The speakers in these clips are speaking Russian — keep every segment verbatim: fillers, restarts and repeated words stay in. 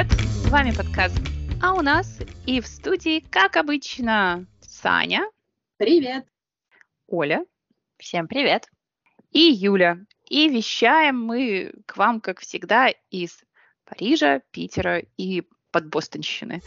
привет! С вами подкаст «А у нас» и в студии, как обычно, Саня. Привет! Оля. Всем привет! И Юля. И вещаем мы к вам, как всегда, из Парижа, Питера и подбостонщины.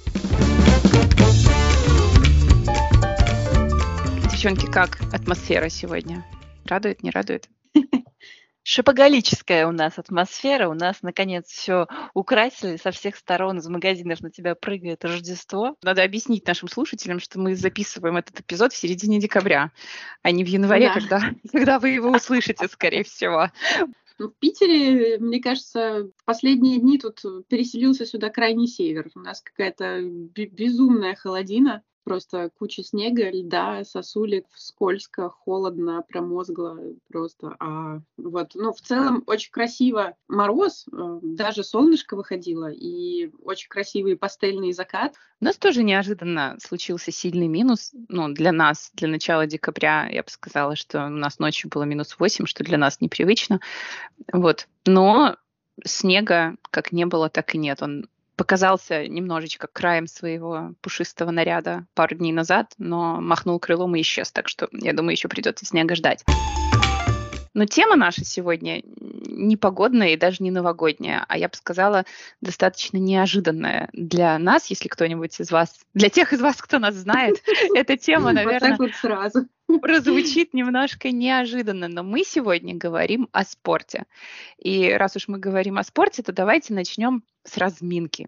Девчонки, как атмосфера сегодня? Радует, не радует? Шопоголическая у нас атмосфера. У нас, наконец, все украсили со всех сторон. Из магазинов на тебя прыгает Рождество. Надо объяснить нашим слушателям, что мы записываем этот эпизод в середине декабря, а не в январе, Да. когда, когда вы его услышите, скорее всего. Ну, в Питере, мне кажется, в последние дни тут переселился сюда крайний север. У нас какая-то бе- безумная холодина. Просто куча снега, льда, сосулек, скользко, холодно, промозгло просто. А вот, ну, в целом очень красиво мороз, э, даже солнышко выходило, и очень красивый пастельный закат. У нас тоже неожиданно случился сильный минус. Ну, для нас, для начала декабря, я бы сказала, что у нас ночью было минус восемь, что для нас непривычно. Вот. Но снега как не было, так и нет. Он показался немножечко краем своего пушистого наряда пару дней назад, но махнул крылом и исчез. Так что, я думаю, еще придется снега ждать. Но тема наша сегодня не погодная и даже не новогодняя, а я бы сказала, достаточно неожиданная для нас, если кто-нибудь из вас, для тех из вас, кто нас знает, эта тема, Вот наверное, так вот сразу. прозвучит немножко неожиданно, но мы сегодня говорим о спорте. И раз уж мы говорим о спорте, то давайте начнем с разминки.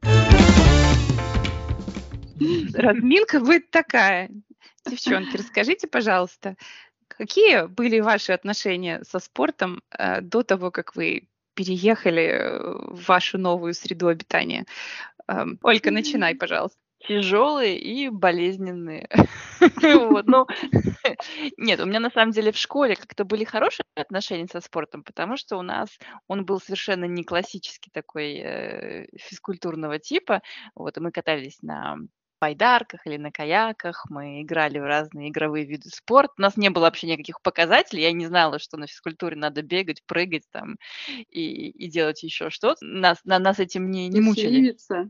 Разминка будет такая. Девчонки, расскажите, пожалуйста, какие были ваши отношения со спортом э, до того, как вы переехали э, в вашу новую среду обитания? Эм, Ольга, начинай, пожалуйста. Тяжелые и болезненные. Вот, ну, нет, у меня на самом деле в школе как-то были хорошие отношения со спортом, потому что у нас он был совершенно не классический такой э, физкультурного типа. Вот, и мы катались на байдарках или на каяках, мы играли в разные игровые виды спорта. У нас не было вообще никаких показателей, я не знала, что на физкультуре надо бегать, прыгать там и, и делать еще что-то. Нас, на, нас этим не, не мучили. Счастливица.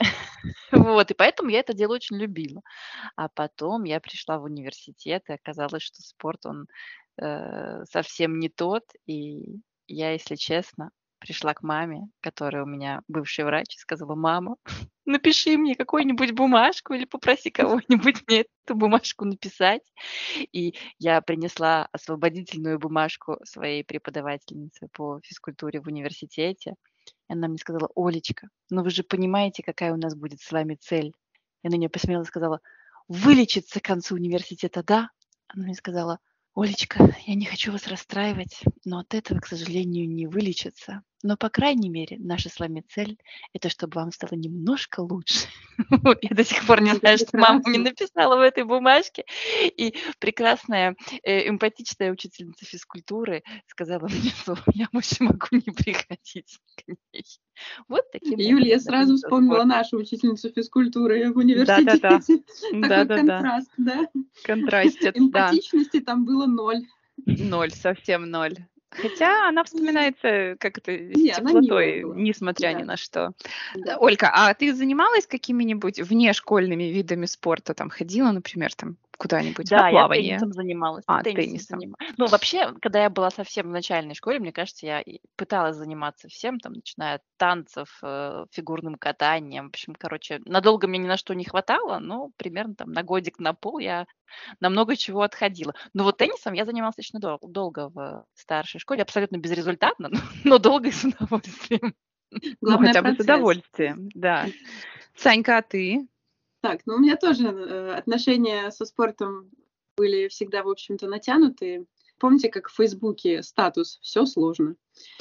Вот, и поэтому я это дело очень любила. А потом я пришла в университет, и оказалось, что спорт, он э, совсем не тот. И я, если честно, пришла к маме, которая у меня бывший врач, и сказала: мама, напиши мне какую-нибудь бумажку или попроси кого-нибудь мне эту бумажку написать. И я принесла освободительную бумажку своей преподавательнице по физкультуре в университете. И она мне сказала: Олечка, ну вы же понимаете, какая у нас будет с вами цель? Я на нее посмотрела и сказала: вылечиться к концу университета, да? Она мне сказала: Олечка, я не хочу вас расстраивать, но от этого, к сожалению, не вылечиться. Но, по крайней мере, наша с вами цель – это чтобы вам стало немножко лучше. Вот, я до сих пор не Это знаю, что мама мне прекрасно. написала в этой бумажке. И прекрасная, э, эмпатичная учительница физкультуры сказала мне, что я больше могу не приходить к ней. Вот таким Юлия, я образом сразу начался вспомнила спорт. нашу учительницу физкультуры в Да-да-да. университете. Такой Да-да-да. контраст, да? Контрастец, да. Эмпатичности там было ноль. Ноль, совсем ноль. Хотя она вспоминается как-то с Не, она милая теплотой, была. несмотря ни Да, на что. да. Ольга, а ты занималась какими-нибудь внешкольными видами спорта? Там ходила, например, там куда-нибудь на Да, я плавание? теннисом занималась. А, Теннисом теннисом. занималась. Ну, вообще, когда я была совсем в начальной школе, мне кажется, я и пыталась заниматься всем, там, начиная от танцев, э, фигурным катанием. В общем, короче, надолго мне ни на что не хватало, но примерно там на годик, на пол я на много чего отходила. Но вот теннисом я занималась очень дол- долго в старшей школе, абсолютно безрезультатно, но, но долго и с удовольствием. Ну, Главное хотя бы с процесс. удовольствием, да. Санька, а ты? Так, ну у меня тоже э, отношения со спортом были всегда, в общем-то, натянутые. Помните, как в Фейсбуке статус «все сложно»?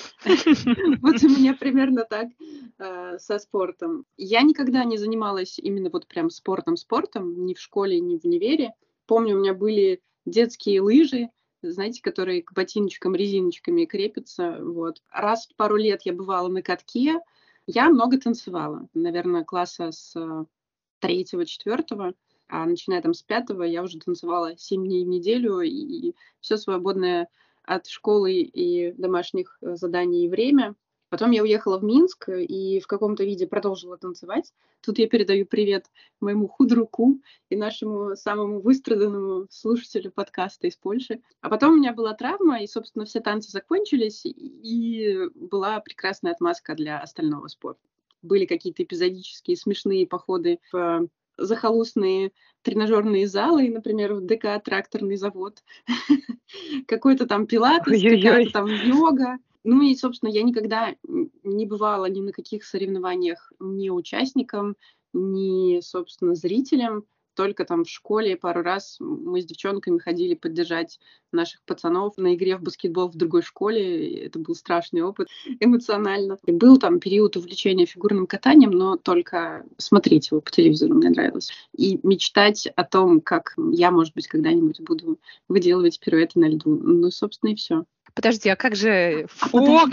Вот у меня примерно так э, со спортом. Я никогда не занималась именно вот прям спортом-спортом, ни в школе, ни в универе. Помню, у меня были детские лыжи, знаете, которые к ботиночкам резиночками крепятся. Вот. Раз в пару лет я бывала на катке. Я много танцевала. Наверное, класса с э, третьего, четвертого, а начиная там с пятого я уже танцевала семь дней в неделю, и все свободное от школы и домашних э, заданий и время Потом я уехала в Минск и в каком-то виде продолжила танцевать. Тут я передаю привет моему худруку и нашему самому выстраданному слушателю подкаста из Польши. А потом у меня была травма, и, собственно, все танцы закончились, и была прекрасная отмазка для остального спорта. Были какие-то эпизодические смешные походы в захолустные тренажерные залы, например, в ДК «Тракторный завод», какой-то там пилатес, какая-то там йога. Ну и, собственно, я никогда не бывала ни на каких соревнованиях ни участником, ни, собственно, зрителем. Только там в школе пару раз мы с девчонками ходили поддержать наших пацанов на игре в баскетбол в другой школе. Это был страшный опыт эмоционально. И был там период увлечения фигурным катанием, но только смотреть его по телевизору мне нравилось. И мечтать о том, как я, может быть, когда-нибудь буду выделывать пируэты на льду. Ну, собственно, и все. Подожди, а как же фок?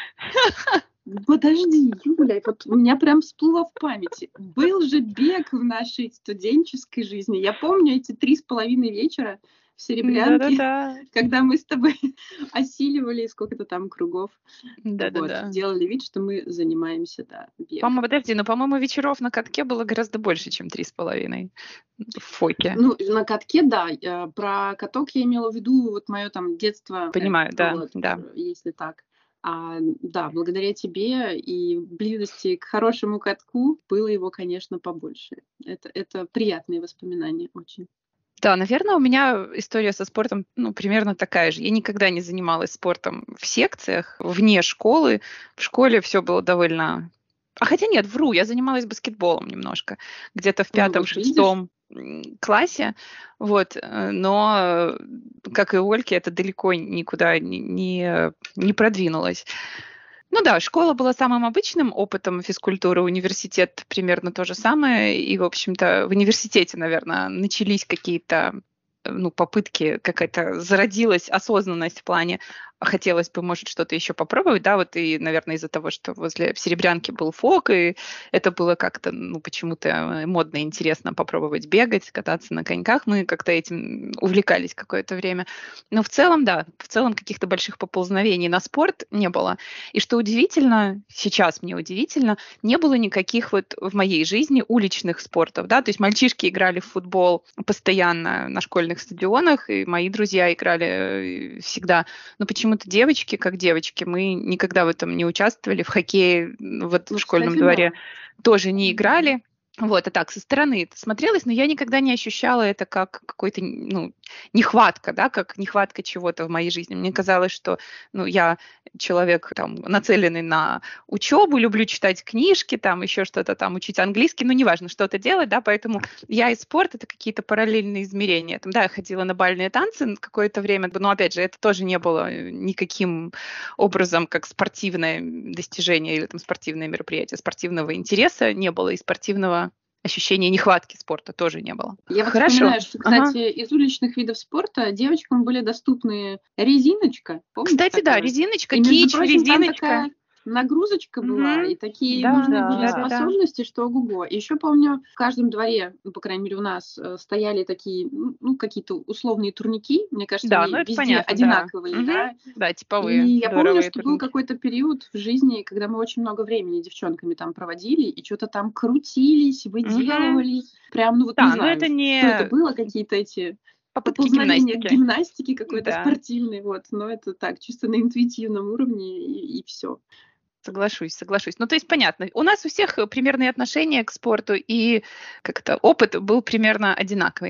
Подожди, Юля, вот у меня прям всплыло в памяти. Был же бег в нашей студенческой жизни. Я помню эти три с половиной вечера в Серебрянке, Да-да-да. когда мы с тобой осиливали сколько-то там кругов. Да-да-да. Вот, делали вид, что мы занимаемся, да, бегом. По-моему, подожди, но, по-моему, вечеров на катке было гораздо больше, чем три с половиной в фоке. Ну, на катке, да. Э, Про каток я имела в виду вот мое там детство. Понимаю, э, да, вот, да. если так. А, да, благодаря тебе и близости к хорошему катку было его, конечно, побольше. Это, это приятные воспоминания очень. Да, наверное, у меня история со спортом, ну, примерно такая же. Я никогда не занималась спортом в секциях, вне школы. В школе все было довольно... А хотя нет, вру, я занималась баскетболом немножко, где-то в Ну, вот пятом-шестом классе, вот, э, но, э, как и у Ольги, это далеко никуда не, не, не продвинулось. Ну да, школа была самым обычным опытом физкультуры, университет примерно то же самое, и, в общем-то, в университете, наверное, начались какие-то, э, ну, попытки, какая-то зародилась осознанность в плане, хотелось бы, может, что-то еще попробовать, да, вот и, наверное, из-за того, что возле в Серебрянке был фок, и это было как-то, ну, почему-то модно и интересно попробовать бегать, кататься на коньках, мы как-то этим увлекались какое-то время. Но в целом, да, в целом каких-то больших поползновений на спорт не было. И что удивительно, сейчас мне удивительно, не было никаких вот в моей жизни уличных спортов, да, то есть мальчишки играли в футбол постоянно на школьных стадионах, и мои друзья играли всегда, но почему-то девочки, как девочки, мы никогда в этом не участвовали, в хоккее вот в школьном Кстати, дворе да. тоже не играли. Вот, а так, со стороны это смотрелось, но я никогда не ощущала это как какой-то, ну, нехватка, да, как нехватка чего-то в моей жизни. Мне казалось, что, ну, я человек, там, нацеленный на учебу, люблю читать книжки, там, еще что-то там, учить английский, ну, неважно, что-то делать, да, поэтому я и спорт — это какие-то параллельные измерения. Там, да, я ходила на бальные танцы какое-то время, но, опять же, это тоже не было никаким образом как спортивное достижение или там спортивное мероприятие, спортивного интереса не было и спортивного ощущения нехватки спорта тоже не было. Я вот Хорошо. вспоминаю, что, кстати, ага. из уличных видов спорта девочкам были доступны резиночка. Помните, кстати, такое? да, резиночка, и, между кич, прочим, резиночка. Там такая нагрузочка была, Угу. и такие Да, нужны да, были да, способности, да. что ого-го. Еще помню, в каждом дворе, ну, по крайней мере, у нас стояли такие, ну, какие-то условные турники. Мне кажется, да, они ну, это везде понятно, одинаковые, да. да. Угу. Да, типовые. И я помню, что турники. был какой-то период в жизни, когда мы очень много времени девчонками там проводили, и что-то там крутились, выделывали. Угу. Прям, ну вот да, не знаю, это не... что это было, какие-то эти... Попытки поползновения гимнастики. к гимнастике какой-то да. спортивной, вот, но это так, чисто на интуитивном уровне, и, и все. Соглашусь, соглашусь. Ну, то есть, понятно, у нас у всех примерные отношения к спорту, и как-то опыт был примерно одинаковый.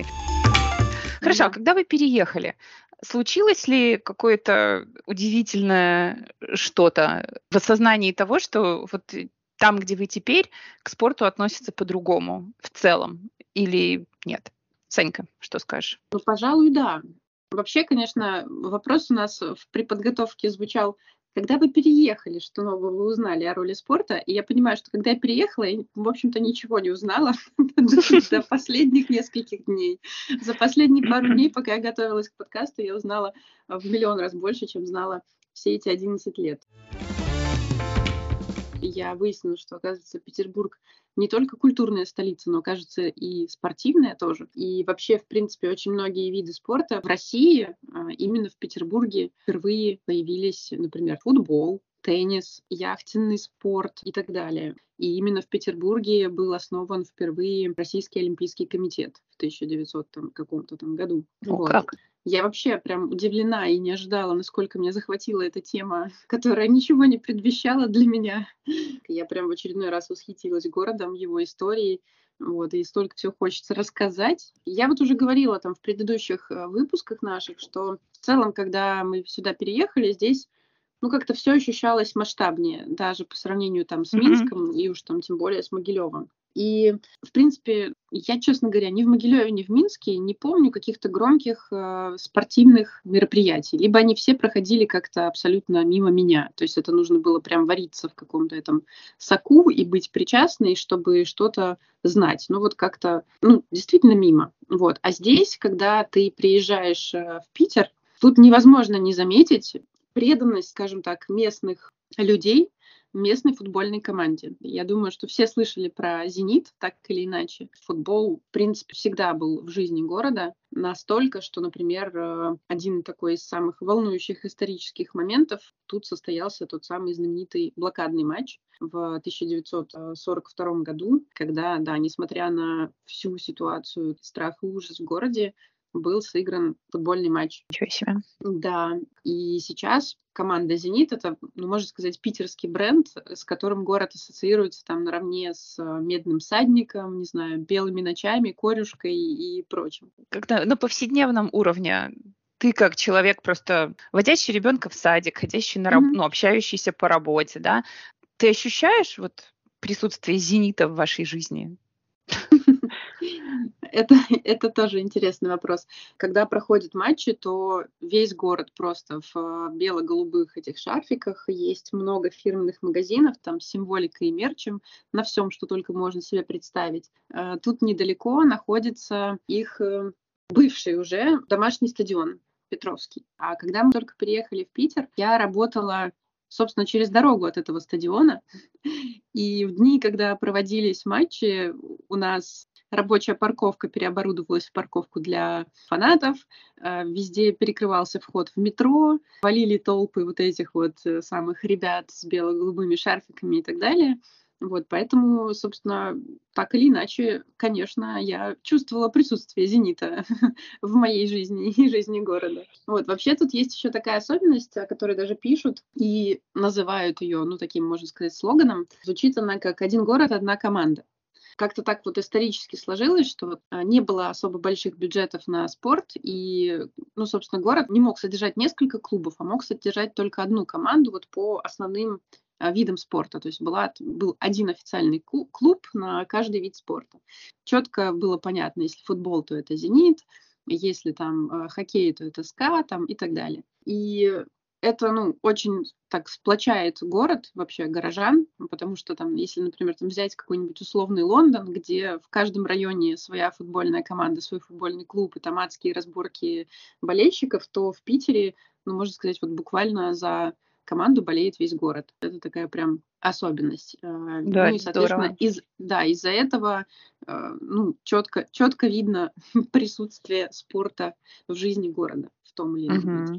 Хорошо, да. А когда вы переехали, случилось ли какое-то удивительное что-то в осознании того, что вот там, где вы теперь, к спорту относятся по-другому в целом, или нет? Санька, что скажешь? Ну, пожалуй, да. Вообще, конечно, вопрос у нас при подготовке звучал: когда вы переехали, что нового вы узнали о роли спорта? И я понимаю, что когда я переехала, я, в общем-то, ничего не узнала до последних нескольких дней. За последние пару дней, пока я готовилась к подкасту, я узнала в миллион раз больше, чем знала все эти одиннадцать лет. Я выяснила, что, оказывается, Петербург не только культурная столица, но, кажется, и спортивная тоже. И вообще, в принципе, очень многие виды спорта в России, именно в Петербурге, впервые появились, например, футбол, теннис, яхтенный спорт и так далее. И именно в Петербурге был основан впервые Российский олимпийский комитет в тысяча девятисотом каком-то там году. О, Вот. как? Я вообще прям удивлена и не ожидала, насколько меня захватила эта тема, которая ничего не предвещала для меня. Я прям в очередной раз восхитилась городом, его историей. Вот, и столько всего хочется рассказать. Я вот уже говорила там в предыдущих э, выпусках наших, что в целом, когда мы сюда переехали, здесь ну, как-то все ощущалось масштабнее, даже по сравнению там с Мгм. Минском и уж там тем более с Могилевым. И, в принципе, я, честно говоря, ни в Могилеве, ни в Минске не помню каких-то громких э, спортивных мероприятий. Либо они все проходили как-то абсолютно мимо меня. То есть это нужно было прям вариться в каком-то этом соку и быть причастной, чтобы что-то знать. Ну, вот как-то, ну, действительно мимо. Вот. А здесь, когда ты приезжаешь э, в Питер, тут невозможно не заметить преданность, скажем так, местных людей местной футбольной команде. Я думаю, что все слышали про «Зенит», так или иначе. Футбол, в принципе, всегда был в жизни города настолько, что, например, э, один такой из самых волнующих исторических моментов тут состоялся тот самый знаменитый блокадный матч в тысяча девятьсот сорок втором году, когда, да, несмотря на всю ситуацию, страх и ужас в городе, был сыгран футбольный матч. Ничего себе. Да, и сейчас команда «Зенит» — это, ну, можно сказать, питерский бренд, с которым город ассоциируется там наравне с э, «Медным всадником», не знаю, «Белыми ночами», «Корюшкой» и прочим. Когда на повседневном уровне ты как человек, просто водящий ребенка в садик, ходящий на раб- Мгм. ну, общающийся по работе, да, ты ощущаешь вот присутствие «Зенита» в вашей жизни? Это, это тоже интересный вопрос. Когда проходят матчи, то весь город просто в э, бело-голубых этих шарфиках. Есть много фирменных магазинов там с символикой и мерчем на всем, что только можно себе представить. Э, Тут недалеко находится их э, бывший уже домашний стадион Петровский. А когда мы только переехали в Питер, я работала, собственно, через дорогу от этого стадиона. И в дни, когда проводились матчи, у нас рабочая парковка переоборудовалась в парковку для фанатов, э, везде перекрывался вход в метро, валили толпы вот этих вот э, самых ребят с бело-голубыми шарфиками и так далее. Вот, поэтому, собственно, так или иначе, конечно, я чувствовала присутствие «Зенита» в моей жизни и жизни города. Вот, вообще тут есть еще такая особенность, о которой даже пишут и называют ее, ну, таким, можно сказать, слоганом. Звучит она как «Один город, одна команда». Как-то так вот исторически сложилось, что а, не было особо больших бюджетов на спорт, и, ну, собственно, город не мог содержать несколько клубов, а мог содержать только одну команду вот по основным а, видам спорта. То есть была, был один официальный ку- клуб на каждый вид спорта. Четко было понятно, если футбол, то это «Зенит», если там а, хоккей, то это «СКА» там, и так далее. И это, ну, очень так сплочает город, вообще горожан, потому что там, если, например, там взять какой-нибудь условный Лондон, где в каждом районе своя футбольная команда, свой футбольный клуб и там адские разборки болельщиков, то в Питере, ну, можно сказать, вот буквально за команду болеет весь город. Это такая прям особенность. Э, Да, Ну и, это соответственно, здорово. из, да, из-за этого э, ну, четко, четко видно присутствие спорта в жизни города в том или ином виде. Мгм.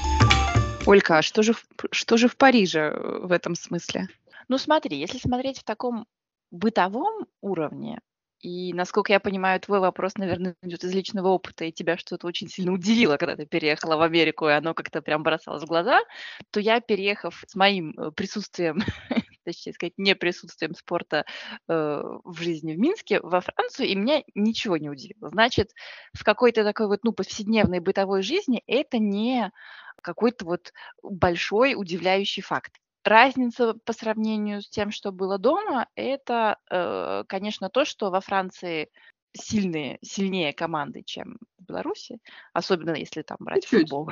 Олька, а что же, в- что же в Париже э, в этом смысле? Ну, смотри, если смотреть в таком бытовом уровне, и, насколько я понимаю, твой вопрос, наверное, идет из личного опыта, и тебя что-то очень сильно удивило, когда ты переехала в Америку, и оно как-то прям бросалось в глаза, то я, переехав с моим э, присутствием, точнее сказать, не присутствием спорта э, в жизни в Минске, во Францию, и меня ничего не удивило. Значит, в какой-то такой вот, ну, повседневной бытовой жизни это не какой-то вот большой удивляющий факт. Разница по сравнению с тем, что было дома, это, э, конечно, то, что во Франции сильные, сильнее команды, чем в Беларуси, особенно если там брать Чуть-чуть, футбол.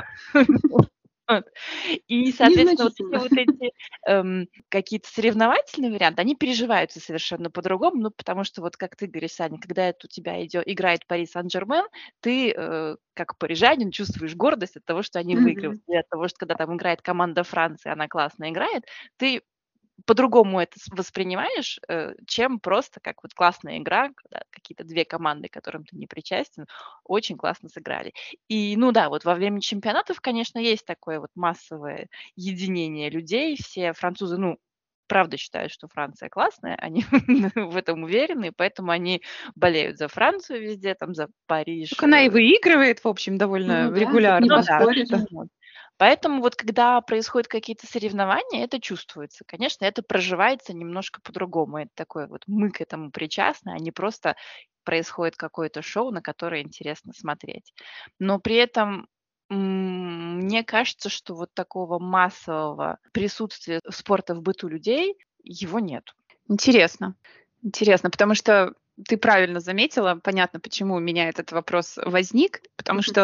Вот. И, соответственно, вот все незначительно. вот эти эм, какие-то соревновательные варианты, они переживаются совершенно по-другому, ну, потому что вот как ты говоришь, Саня, когда это у тебя идё- играет Пари Сен-Жермен, ты э, как парижанин чувствуешь гордость от того, что они выигрывают, Мгм. и от того, что когда там играет команда Франции, она классно играет, ты по-другому это воспринимаешь, чем просто как вот классная игра, когда какие-то две команды, к которым ты не причастен, очень классно сыграли. И, ну да, вот во время чемпионатов, конечно, есть такое вот массовое единение людей. Все французы, ну, правда считают, что Франция классная, они в этом уверены, поэтому они болеют за Францию везде, там за Париж. Так она и выигрывает, в общем, довольно Ну да, регулярно. тут не Ну да, поспоришь. вот. Поэтому вот когда происходят какие-то соревнования, это чувствуется. Конечно, это проживается немножко по-другому. Это такое вот мы к этому причастны, а не просто происходит какое-то шоу, на которое интересно смотреть. Но при этом м, мне кажется, что вот такого массового присутствия спорта в быту людей, его нет. Интересно. Интересно, потому что ты правильно заметила, понятно, почему у меня этот вопрос возник, потому что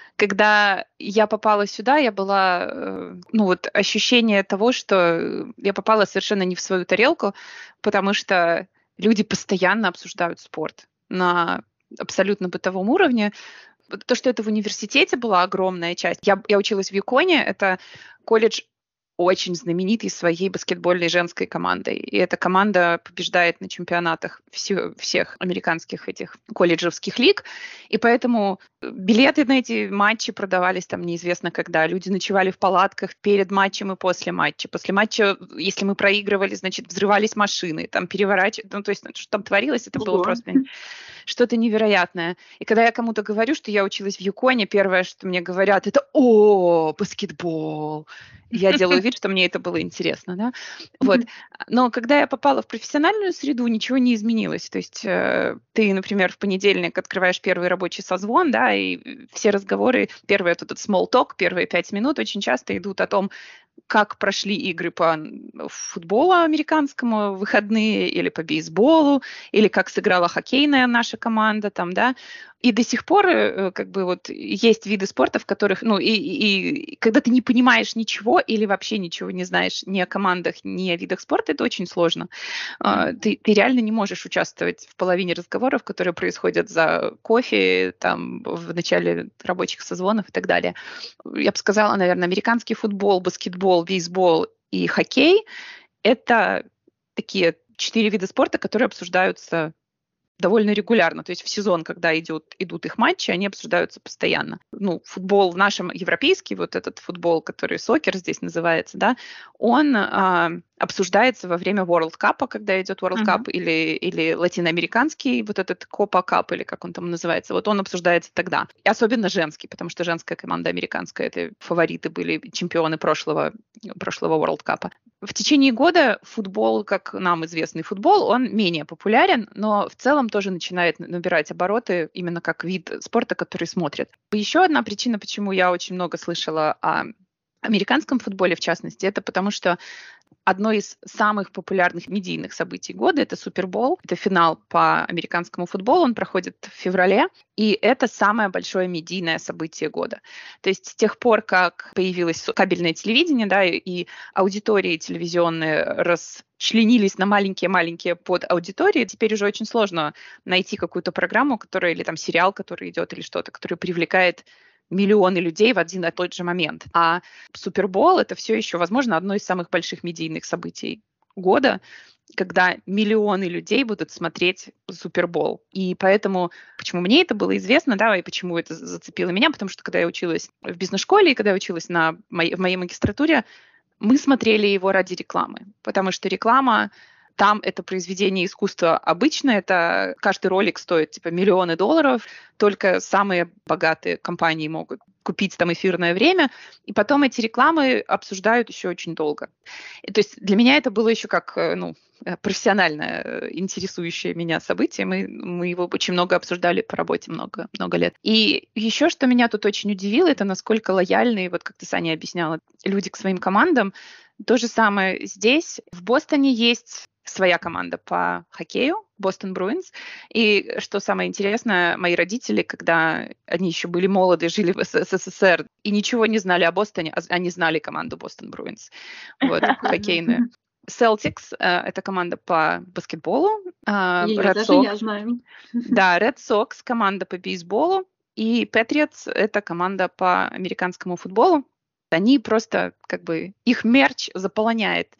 когда я попала сюда, я была, э, ну вот ощущение того, что я попала совершенно не в свою тарелку, потому что люди постоянно обсуждают спорт на абсолютно бытовом уровне. Вот то, что это в университете была огромная часть. Я, я училась в ЮКОНе, это колледж очень знаменитый своей баскетбольной женской командой. И эта команда побеждает на чемпионатах все, всех американских этих колледжевских лиг. И поэтому билеты на эти матчи продавались там неизвестно когда. Люди ночевали в палатках перед матчем и после матча. После матча, если мы проигрывали, значит, взрывались машины, там переворачивали. Ну, то есть, что там творилось, это было просто что-то невероятное. И когда я кому-то говорю, что я училась в ЮКОНе, первое, что мне говорят, это «О, баскетбол!» Я делаю вид, что мне это было интересно, да. Вот. Но когда я попала в профессиональную среду, ничего не изменилось. То есть э, ты, например, в понедельник открываешь первый рабочий созвон, да, и все разговоры, первый вот этот small talk, первые пять минут очень часто идут о том, как прошли игры по футболу американскому в выходные, или по бейсболу, или как сыграла хоккейная наша команда, там, да. И до сих пор как бы вот есть виды спорта, в которых, ну, и, и, и когда ты не понимаешь ничего или вообще ничего не знаешь ни о командах, ни о видах спорта, это очень сложно. Mm-hmm. Ты, ты реально не можешь участвовать в половине разговоров, которые происходят за кофе, там, в начале рабочих созвонов и так далее. Я бы сказала, наверное, американский футбол, баскетбол, бейсбол и хоккей – это такие четыре вида спорта, которые обсуждаются довольно регулярно. То есть в сезон, когда идет, идут их матчи, они обсуждаются постоянно. Ну, футбол в нашем европейский, вот этот футбол, который сокер здесь называется, да, он а, обсуждается во время World Cup, когда идет World Cup, uh-huh. или, или латиноамериканский, вот этот Copa Cup, или как он там называется, вот он обсуждается тогда. И особенно женский, потому что женская команда американская, это фавориты были, чемпионы прошлого, прошлого World Cup. В течение года футбол, как нам известный футбол, он менее популярен, но в целом тоже начинает набирать обороты именно как вид спорта, который смотрят. Еще одна причина, почему я очень много слышала о американском футболе, в частности, это потому что одно из самых популярных медийных событий года – это Супербол. Это финал по американскому футболу, он проходит в феврале, и это самое большое медийное событие года. То есть с тех пор, как появилось кабельное телевидение, да, и аудитории телевизионные расчленились на маленькие-маленькие подаудитории, теперь уже очень сложно найти какую-то программу, которая, или там сериал, который идет, или что-то, который привлекает миллионы людей в один и тот же момент. А Супербол – это все еще, возможно, одно из самых больших медийных событий года, когда миллионы людей будут смотреть Супербол. И поэтому, почему мне это было известно, да, и почему это зацепило меня, потому что когда я училась в бизнес-школе и когда я училась на моей, в моей магистратуре, мы смотрели его ради рекламы, потому что реклама там это произведение искусства обычно, это каждый ролик стоит типа миллионы долларов, только самые богатые компании могут купить там эфирное время, и потом эти рекламы обсуждают еще очень долго. И, то есть для меня это было еще как, ну, профессионально интересующее меня событие. Мы, мы его очень много обсуждали по работе много, много лет. И еще, что меня тут очень удивило, это насколько лояльные, вот как ты, Саня, объясняла, люди к своим командам. То же самое здесь. В Бостоне есть своя команда по хоккею, Бостон Bruins. И что самое интересное, мои родители, когда они еще были молоды, жили в СССР и ничего не знали о Бостоне, они знали команду Бостон Bruins, вот, хоккейную. Celtics э, – это команда по баскетболу. Э, Ее Red даже Sox, я знаю. Да, Red Sox – команда по бейсболу. И Patriots – это команда по американскому футболу. Они просто, как бы, их мерч заполоняет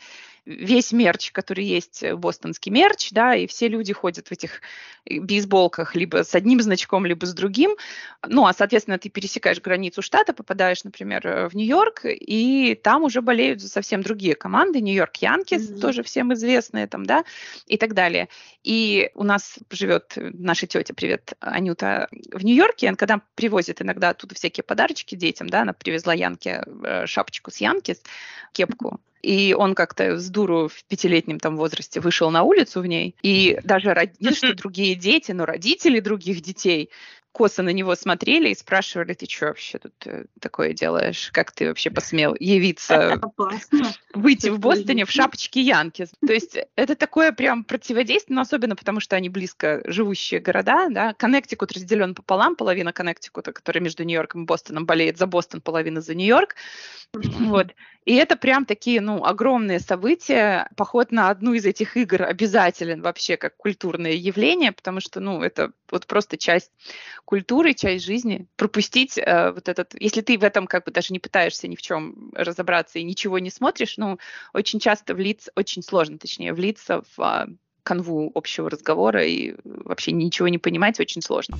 весь мерч, который есть, бостонский мерч, да, и все люди ходят в этих бейсболках либо с одним значком, либо с другим. Ну, а, соответственно, ты пересекаешь границу штата, попадаешь, например, в Нью-Йорк, и там уже болеют за совсем другие команды. Нью-Йорк Янкис, mm-hmm. тоже всем известные там, да, и так далее. И у нас живет наша тетя, привет, Анюта, в Нью-Йорке, она когда привозит иногда оттуда всякие подарочки детям, да, она привезла Янке шапочку с Янкис, кепку, и он как-то с дуру в пятилетнем там возрасте вышел на улицу в ней, и даже не что другие дети, но родители других детей косо на него смотрели и спрашивали: ты что вообще тут такое делаешь? Как ты вообще посмел явиться, опасно, выйти в Бостоне в шапочке Янкис? То есть это такое прям противодействие, но особенно потому, что они близко живущие города, да. Коннектикут разделен пополам, половина Коннектикута, которая между Нью-Йорком и Бостоном, болеет за Бостон, половина за Нью-Йорк. Вот. И это прям такие, ну, огромные события. Поход на одну из этих игр обязателен вообще как культурное явление, потому что, ну, это вот просто часть культуры, часть жизни. Пропустить э, вот этот... Если ты в этом как бы даже не пытаешься ни в чем разобраться и ничего не смотришь, ну, очень часто влиться, очень сложно, точнее, влиться в э, канву общего разговора и вообще ничего не понимать очень сложно.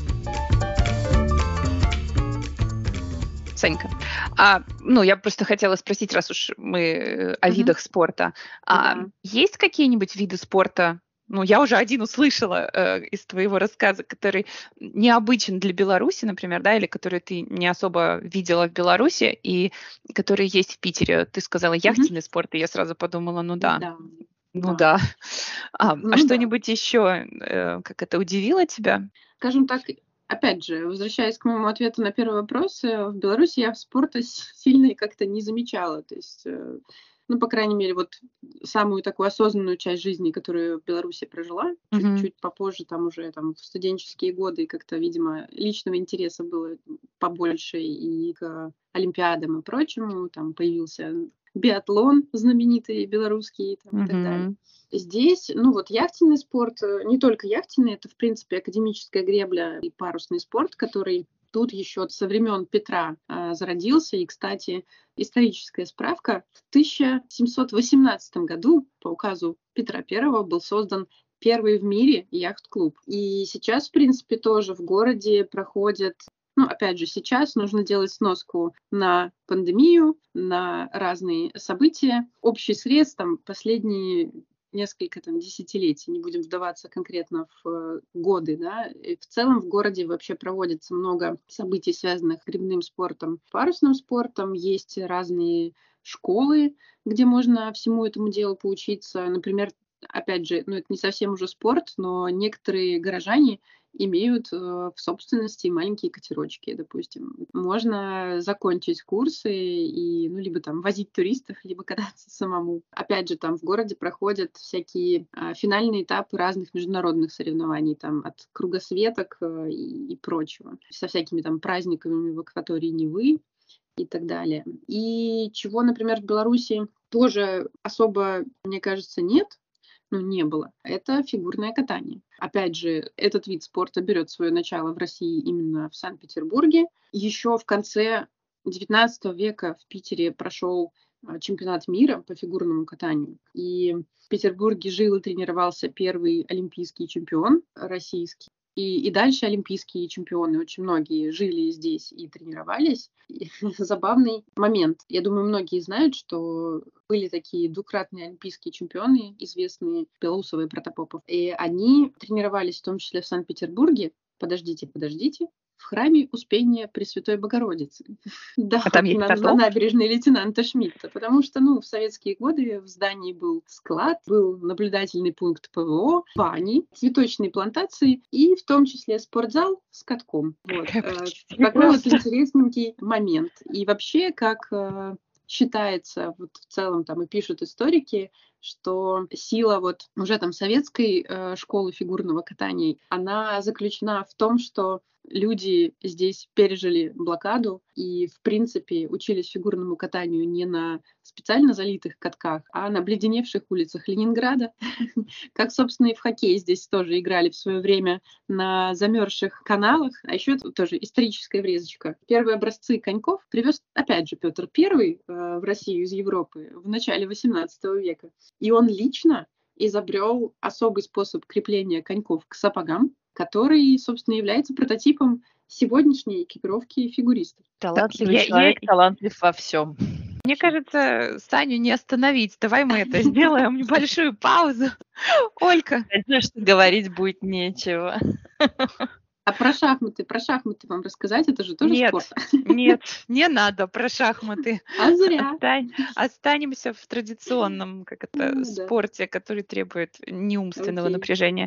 Санька, а, ну, я просто хотела спросить, раз уж мы о mm-hmm. видах спорта, а mm-hmm. есть какие-нибудь виды спорта, ну, я уже один услышала э, из твоего рассказа, который необычен для Беларуси, например, да, или который ты не особо видела в Беларуси, и которые есть в Питере. Ты сказала яхтенный mm-hmm. спорт, и я сразу подумала, ну да, да. ну да. да. А, ну, а что-нибудь да. еще, э, как это удивило тебя? Скажем так, опять же, возвращаясь к моему ответу на первый вопрос, в Беларуси я в спорта сильно как-то не замечала. То есть, ну, по крайней мере, вот самую такую осознанную часть жизни, которую в Беларуси прожила, mm-hmm. чуть-чуть попозже, там уже там, в студенческие годы, как-то, видимо, личного интереса было побольше и к олимпиадам и прочему. Там появился биатлон знаменитый белорусский там, mm-hmm. и так далее. Здесь, ну вот яхтенный спорт, не только яхтенный, это, в принципе, академическая гребля и парусный спорт, который тут еще со времен Петра а, зародился. И, кстати, историческая справка: в тысяча семьсот восемнадцатом году по указу Петра Первого был создан первый в мире яхт-клуб. И сейчас, в принципе, тоже в городе проходят... Ну, опять же, сейчас нужно делать сноску на пандемию, на разные события. Общий срез там последние... несколько там десятилетий, не будем вдаваться конкретно в годы, да, и в целом в городе вообще проводится много событий, связанных с гребным спортом, парусным спортом, есть разные школы, где можно всему этому делу поучиться, например, опять же, ну это не совсем уже спорт, но некоторые горожане имеют э, в собственности маленькие катерочки, допустим. Можно закончить курсы и, ну, либо там возить туристов, либо кататься самому. Опять же, там в городе проходят всякие э, финальные этапы разных международных соревнований, там от кругосветок э, и, и прочего. Со всякими там праздниками в акватории Невы и так далее. И чего, например, в Беларуси тоже особо, мне кажется, нет, ну, не было. Это фигурное катание. Опять же, этот вид спорта берет свое начало в России именно в Санкт-Петербурге. Еще в конце девятнадцатого века в Питере прошел чемпионат мира по фигурному катанию. И в Петербурге жил и тренировался первый олимпийский чемпион российский. И, и дальше олимпийские чемпионы, очень многие жили здесь и тренировались. И забавный момент. Я думаю, многие знают, что были такие двукратные олимпийские чемпионы, известные Белоусова и Протопопов. И они тренировались в том числе в Санкт-Петербурге. Подождите, подождите. В храме Успения Пресвятой Богородицы. Да, а там есть на, на набережной лейтенанта Шмидта. Потому что, ну, в советские годы в здании был склад, был наблюдательный пункт ПВО, бани, цветочные плантации и в том числе спортзал с катком. Вот. Такой вот интересненький момент. И вообще, как считается, вот в целом там и пишут историки, что сила вот уже там советской э, школы фигурного катания, она заключена в том, что люди здесь пережили блокаду и, в принципе, учились фигурному катанию не на специально залитых катках, а на обледеневших улицах Ленинграда. Как, собственно, и в хоккей здесь тоже играли в свое время на замерзших каналах. А еще тоже историческая врезочка. Первые образцы коньков привез, опять же, Петр Первый в Россию из Европы в начале восемнадцатого века. И он лично изобрел особый способ крепления коньков к сапогам, который, собственно, является прототипом сегодняшней экипировки фигуристов. Талантливый я, человек, я... талантлив во всем. Мне кажется, Саню не остановить. Давай мы это сделаем, небольшую паузу. Олька. Конечно, что говорить будет нечего. А про шахматы, про шахматы вам рассказать, это же тоже нет, спорт. Нет, не надо про шахматы. А зря. Остань, останемся в традиционном как это, ну, спорте, да. который требует неумственного Окей. напряжения.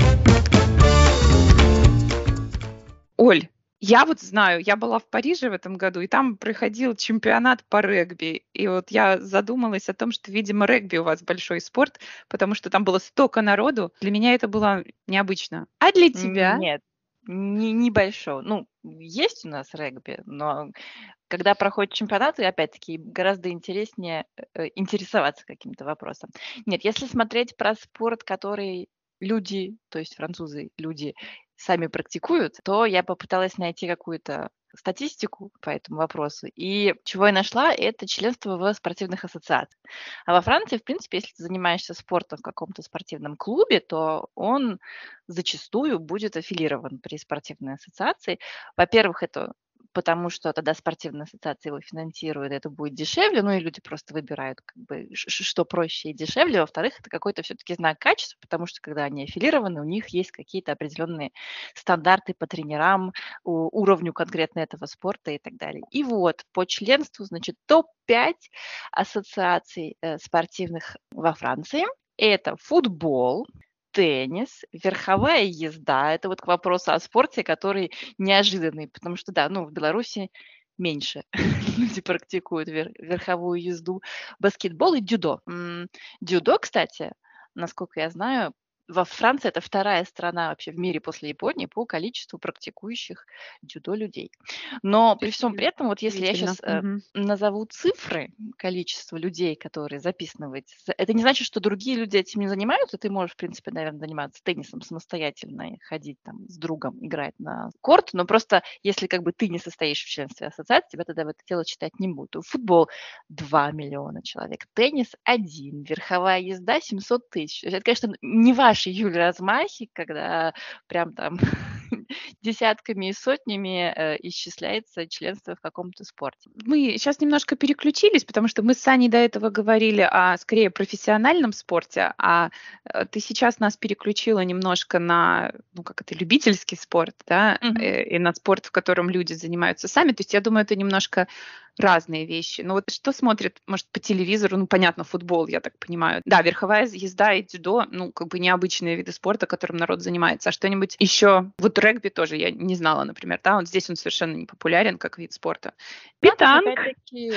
Оль, я вот знаю, я была в Париже в этом году, и там проходил чемпионат по регби. И вот я задумалась о том, что, видимо, регби у вас большой спорт, потому что там было столько народу. Для меня это было необычно. А для тебя? Нет. Не, небольшого. Ну, есть у нас регби, но когда проходят чемпионаты, опять-таки, гораздо интереснее э, интересоваться каким-то вопросом. Нет, если смотреть про спорт, который люди, то есть французы, люди сами практикуют, то я попыталась найти какую-то статистику по этому вопросу. И чего я нашла, это членство в спортивных ассоциациях. А во Франции, в принципе, если ты занимаешься спортом в каком-то спортивном клубе, то он зачастую будет аффилирован при спортивной ассоциации. Во-первых, это потому что тогда спортивная ассоциация его финансирует, это будет дешевле, ну и люди просто выбирают, как бы, что проще и дешевле. Во-вторых, это какой-то все-таки знак качества, потому что когда они аффилированы, у них есть какие-то определенные стандарты по тренерам, уровню конкретно этого спорта и так далее. И вот по членству, значит, топ пять ассоциаций э, спортивных во Франции. Это футбол, теннис, верховая езда. Это вот к вопросу о спорте, который неожиданный, потому что, да, ну, в Беларуси меньше люди практикуют вер- верховую езду, баскетбол и дзюдо. М, Дзюдо, кстати, насколько я знаю, во Франции это вторая страна вообще в мире после Японии по количеству практикующих дзюдо людей. Но при всем при этом, вот если я сейчас э, Мгм. назову цифры, количество людей, которые записаны в эти... Это не значит, что другие люди этим не занимаются. Ты можешь, в принципе, наверное, заниматься теннисом самостоятельно и ходить там с другом, играть на корт, но просто если как бы ты не состоишь в членстве ассоциации, тебя тогда в это дело читать не будут. Футбол два миллиона человек, теннис один, верховая езда семьсот тысяч. Это, конечно, не ваши Юль размахи, когда прям там десятками и сотнями э, исчисляется членство в каком-то спорте. Мы сейчас немножко переключились, потому что мы с Саней до этого говорили о скорее профессиональном спорте, а э, ты сейчас нас переключила немножко на, ну как это, любительский спорт, да, Мгм. э, и на спорт, в котором люди занимаются сами. То есть я думаю, это немножко разные вещи. Но вот что смотрят, может, по телевизору, ну, понятно, футбол, я так понимаю. Да, верховая езда и дзюдо, ну, как бы необычные виды спорта, которым народ занимается. А что-нибудь еще? Вот регби тоже я не знала, например, да, вот здесь он совершенно не популярен как вид спорта. Надо же, Питанг. опять-таки,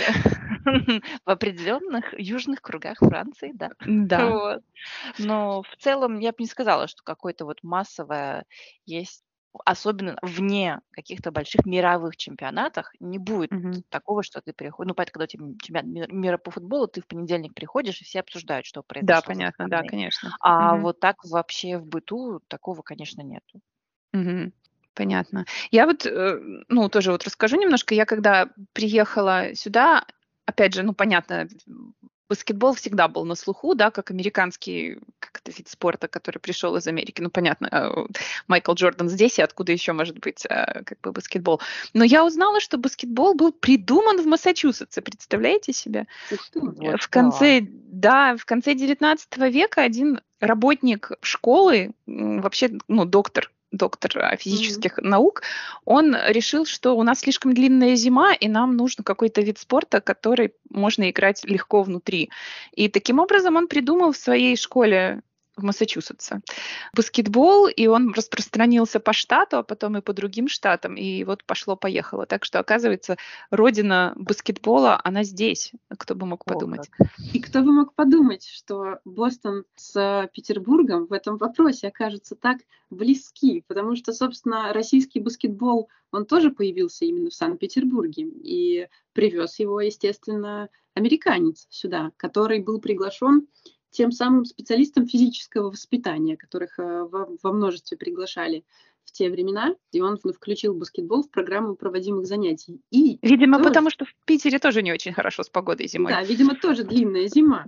в определенных южных кругах Франции, да. Да. Вот. Но в целом я бы не сказала, что какое-то вот массовое есть, особенно вне каких-то больших мировых чемпионатах, не будет Мгм. такого, что ты приходишь, ну, поэтому, когда у тебя чемпионат ми- мира по футболу, ты в понедельник приходишь, и все обсуждают, что Да, произошло в понятно, да, выходные. конечно. А Мгм. вот так вообще в быту такого, конечно, нету. Мгм. Понятно. Я вот, э, ну, тоже вот расскажу немножко. Я когда приехала сюда, опять же, ну, понятно, баскетбол всегда был на слуху, да, как американский, как это вид спорта, который пришел из Америки. Ну, понятно, э, Майкл Джордан здесь, и откуда еще может быть э, как бы баскетбол. Но я узнала, что баскетбол был придуман в Массачусетсе. Представляете себе? Ух ты. Э, Вот В да. конце, да, в конце девятнадцатого века один работник школы, м, вообще, ну, доктор, доктор а, Мгм. физических наук, он решил, что у нас слишком длинная зима, и нам нужен какой-то вид спорта, который можно играть легко внутри. И таким образом он придумал в своей школе в Массачусетсе баскетбол, и он распространился по штату, а потом и по другим штатам, и вот пошло-поехало. Так что, оказывается, родина баскетбола, она здесь. Кто бы мог О, подумать. как. И кто бы мог подумать, что Бостон с Петербургом в этом вопросе окажутся так близки, потому что, собственно, российский баскетбол, он тоже появился именно в Санкт-Петербурге, и привез его, естественно, американец сюда, который был приглашен тем самым специалистом физического воспитания, которых э, во, во множестве приглашали в в те времена, и он включил баскетбол в программу проводимых занятий. И Видимо, тоже, потому что в Питере тоже не очень хорошо с погодой зимой. да, видимо, тоже длинная зима.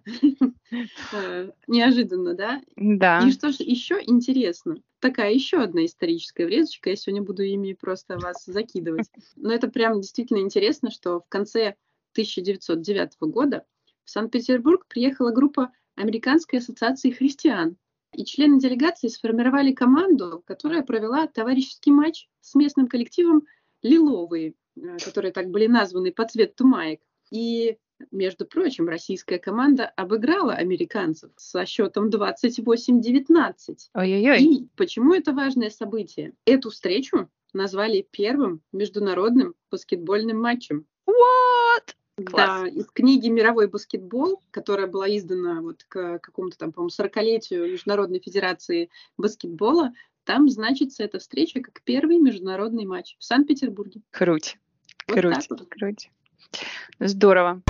Э, Неожиданно, да? Да. И что же еще интересно? Такая еще одна историческая врезочка. Я сегодня буду ими просто вас закидывать. Но это прям действительно интересно, что в конце тысяча девятьсот девятого года в Санкт-Петербург приехала группа Американской ассоциации христиан. И члены делегации сформировали команду, которая провела товарищеский матч с местным коллективом «Лиловые», э, которые так были названы по цвету маек. И, между прочим, российская команда обыграла американцев со счетом двадцать восемь девятнадцать. Ой-ой-ой. И почему это важное событие? Эту встречу назвали первым международным баскетбольным матчем. What? Да, из книги «Мировой баскетбол», которая была издана вот к какому-то там, по-моему, сорокалетию Международной федерации баскетбола, там значится эта встреча как первый международный матч в Санкт-Петербурге. Круть. Вот Круть. так вот. Круть. Здорово.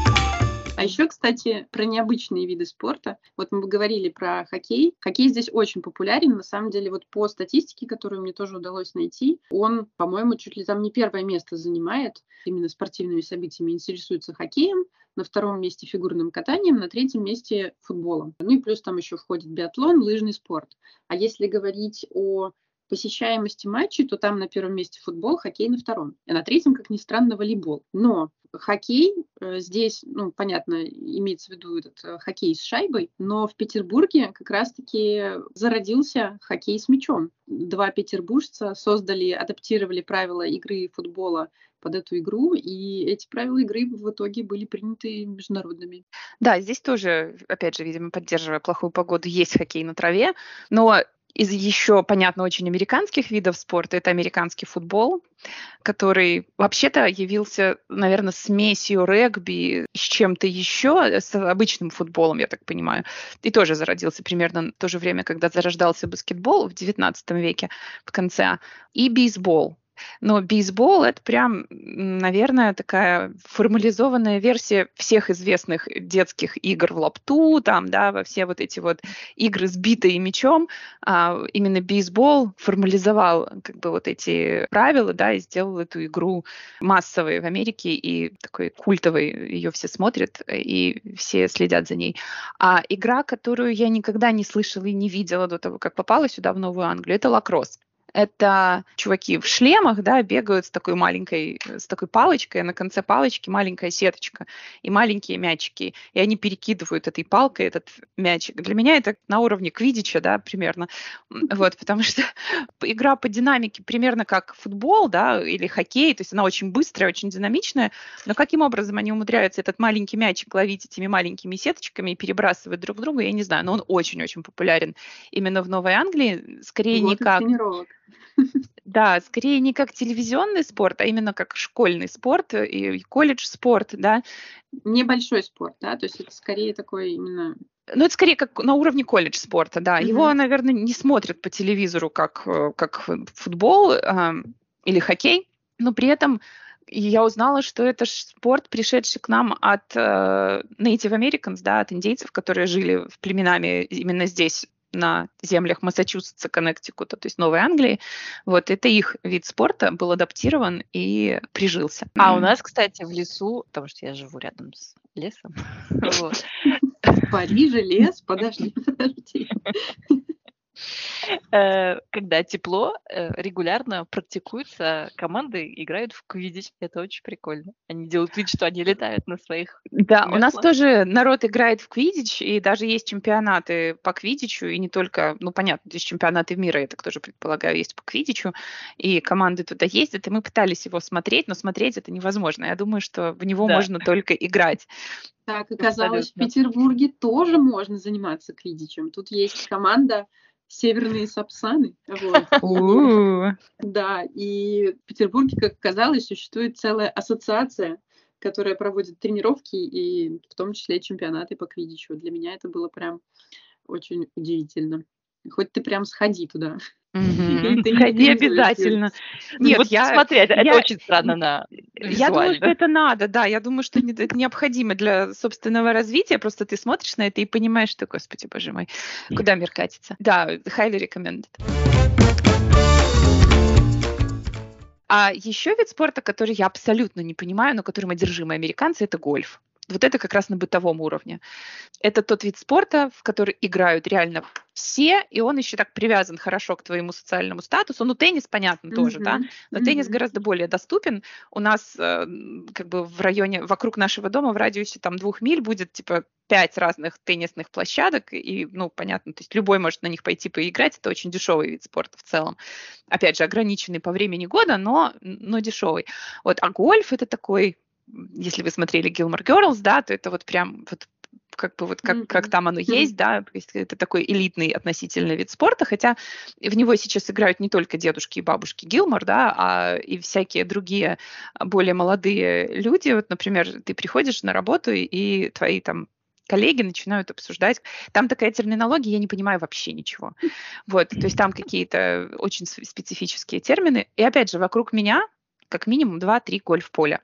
А еще, кстати, про необычные виды спорта. Вот мы говорили про хоккей. Хоккей здесь очень популярен. На самом деле, вот по статистике, которую мне тоже удалось найти, он, по-моему, чуть ли там не первое место занимает. Именно спортивными событиями интересуется хоккеем. На втором месте фигурным катанием, на третьем месте футболом. Ну и плюс там еще входит биатлон, лыжный спорт. А если говорить о посещаемости матчей, то там на первом месте футбол, хоккей на втором. А на третьем, как ни странно, волейбол. Но хоккей э, здесь, ну, понятно, имеется в виду этот э, хоккей с шайбой, но в Петербурге как раз-таки зародился хоккей с мячом. Два петербуржца создали, адаптировали правила игры футбола под эту игру, и эти правила игры в итоге были приняты международными. Да, здесь тоже, опять же, видимо, поддерживая плохую погоду, есть хоккей на траве, но из еще, понятно, очень американских видов спорта это американский футбол, который вообще-то явился, наверное, смесью регби с чем-то еще, с обычным футболом, я так понимаю. И тоже зародился примерно в то же время, когда зарождался баскетбол в девятнадцатом веке в конце, и бейсбол. Но бейсбол — это прям, наверное, такая формализованная версия всех известных детских игр в лапту, там, да, во все вот эти вот игры с битой и мячом. А именно бейсбол формализовал как бы вот эти правила, да, и сделал эту игру массовой в Америке и такой культовой. Ее все смотрят и все следят за ней. А игра, которую я никогда не слышала и не видела до того, как попала сюда, в Новую Англию, это лакросс. Это чуваки в шлемах, да, бегают с такой маленькой, с такой палочкой, а на конце палочки маленькая сеточка и маленькие мячики, и они перекидывают этой палкой этот мячик. Для меня это на уровне квиддича, да, примерно, вот, потому что игра по динамике примерно как футбол, да, или хоккей, то есть она очень быстрая, очень динамичная, но каким образом они умудряются этот маленький мячик ловить этими маленькими сеточками и перебрасывать друг друга, я не знаю, но он очень-очень популярен именно в Новой Англии, скорее Вот не как... тренировок. Да, скорее не как телевизионный спорт, а именно как школьный спорт и колледж-спорт, да. Небольшой спорт, да, то есть это скорее такой именно... Ну, это скорее как на уровне колледж-спорта, да. Мгм. Его, наверное, не смотрят по телевизору как, э, как футбол э, или хоккей, но при этом я узнала, что это ж спорт, пришедший к нам от э, Native Americans, да, от индейцев, которые жили в племенами именно здесь, на землях Массачусетса, Коннектикута, то есть Новой Англии. Вот это их вид спорта был адаптирован и прижился. А у нас, кстати, в лесу, потому что я живу рядом с лесом, вот, В Париже лес, подожди, подожди. э, когда тепло, э, регулярно практикуются, команды играют в квиддич. Это очень прикольно. Они делают вид, что они летают на своих Да, у нас метлах. тоже народ играет в квиддич, и даже есть чемпионаты по квиддичу, и не только, ну, понятно, здесь чемпионаты мира, я так тоже предполагаю, есть по квиддичу, и команды туда ездят, и мы пытались его смотреть, но смотреть это невозможно. Я думаю, что в него Да. можно только играть. Так оказалось, в Абсолютно. Петербурге тоже можно заниматься квиддичем. Тут есть команда «Северные Сапсаны». Вот. У-у-у. Да, и в Петербурге, как оказалось, существует целая ассоциация, которая проводит тренировки и в том числе чемпионаты по квиддичу. Для меня это было прям очень удивительно. Хоть ты прям сходи туда. Мгм. Ты не- Сходи ты не будешь обязательно. Ну, Нет, вот я, посмотри, это, это я- очень странно на я думаю, что визуально. это надо, да, я думаю, что не- это необходимо для собственного развития, просто ты смотришь на это и понимаешь, что, господи, боже мой, куда мир катится. Да, highly recommended. А еще вид спорта, который я абсолютно не понимаю, но которым одержимы американцы, это гольф. Вот это как раз на бытовом уровне. Это тот вид спорта, в который играют реально все, и он еще так привязан хорошо к твоему социальному статусу. Ну, теннис, понятно, mm-hmm. тоже, да, но mm-hmm. теннис гораздо более доступен. У нас э, как бы в районе, вокруг нашего дома в радиусе там двух миль будет типа пять разных теннисных площадок, и, ну, понятно, то есть любой может на них пойти поиграть, это очень дешевый вид спорта в целом. Опять же, ограниченный по времени года, но, но дешевый. Вот, а гольф это такой, если вы смотрели Gilmore Girls, да, то это вот прям вот как бы вот как, mm-hmm. как там оно mm-hmm. есть, да, то есть это такой элитный относительно вид спорта, хотя в него сейчас играют не только дедушки и бабушки Гилмор, да, а и всякие другие более молодые люди. Вот, например, ты приходишь на работу, и твои там коллеги начинают обсуждать. Там такая терминология, я не понимаю вообще ничего. Вот, то есть там какие-то очень специфические термины. И опять же, вокруг меня как минимум два-три гольф-поля.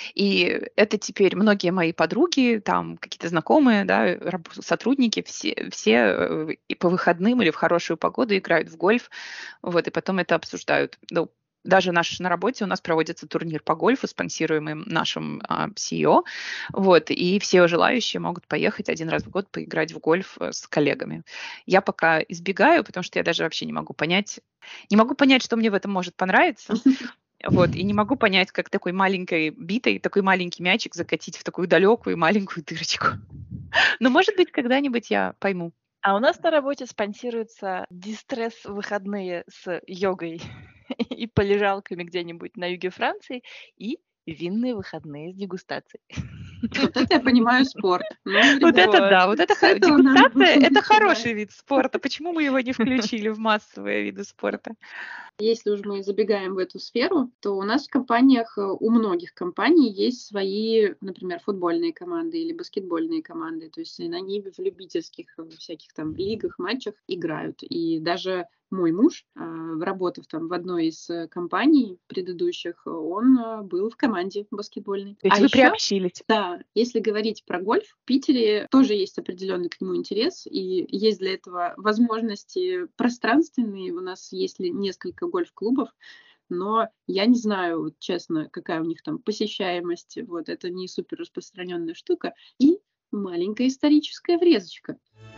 И это теперь многие мои подруги, там какие-то знакомые, да, сотрудники, все, все и по выходным или в хорошую погоду играют в гольф, вот, и потом это обсуждают. Ну, даже наш, на работе у нас проводится турнир по гольфу, спонсируемый нашим а, си и о, вот, и все желающие могут поехать один раз в год поиграть в гольф с коллегами. Я пока избегаю, потому что я даже вообще не могу понять, не могу понять, что мне в этом может понравиться. Вот, и не могу понять, как такой маленькой битой, такой маленький мячик закатить в такую далекую маленькую дырочку. Но, может быть, когда-нибудь я пойму. А у нас на работе спонсируются дистресс-выходные с йогой и полежалками где-нибудь на юге Франции и винные выходные с дегустацией. Вот это я понимаю спорт. Ну, вот это да, вот это х... дегустация, это хороший вид спорта. Почему мы его не включили в массовые виды спорта? Если уж мы забегаем в эту сферу, то у нас в компаниях, у многих компаний есть свои, например, футбольные команды или баскетбольные команды. То есть они в любительских всяких там лигах, матчах играют. И даже мой муж, работав там в одной из компаний предыдущих, он был в команде баскетбольной. То есть а вы еще, приобщились? Да, если говорить про гольф, в Питере тоже есть определенный к нему интерес, и есть для этого возможности пространственные. У нас есть несколько гольф-клубов, но я не знаю, вот, честно, какая у них там посещаемость. Вот это не супер распространенная штука. И маленькая историческая врезочка.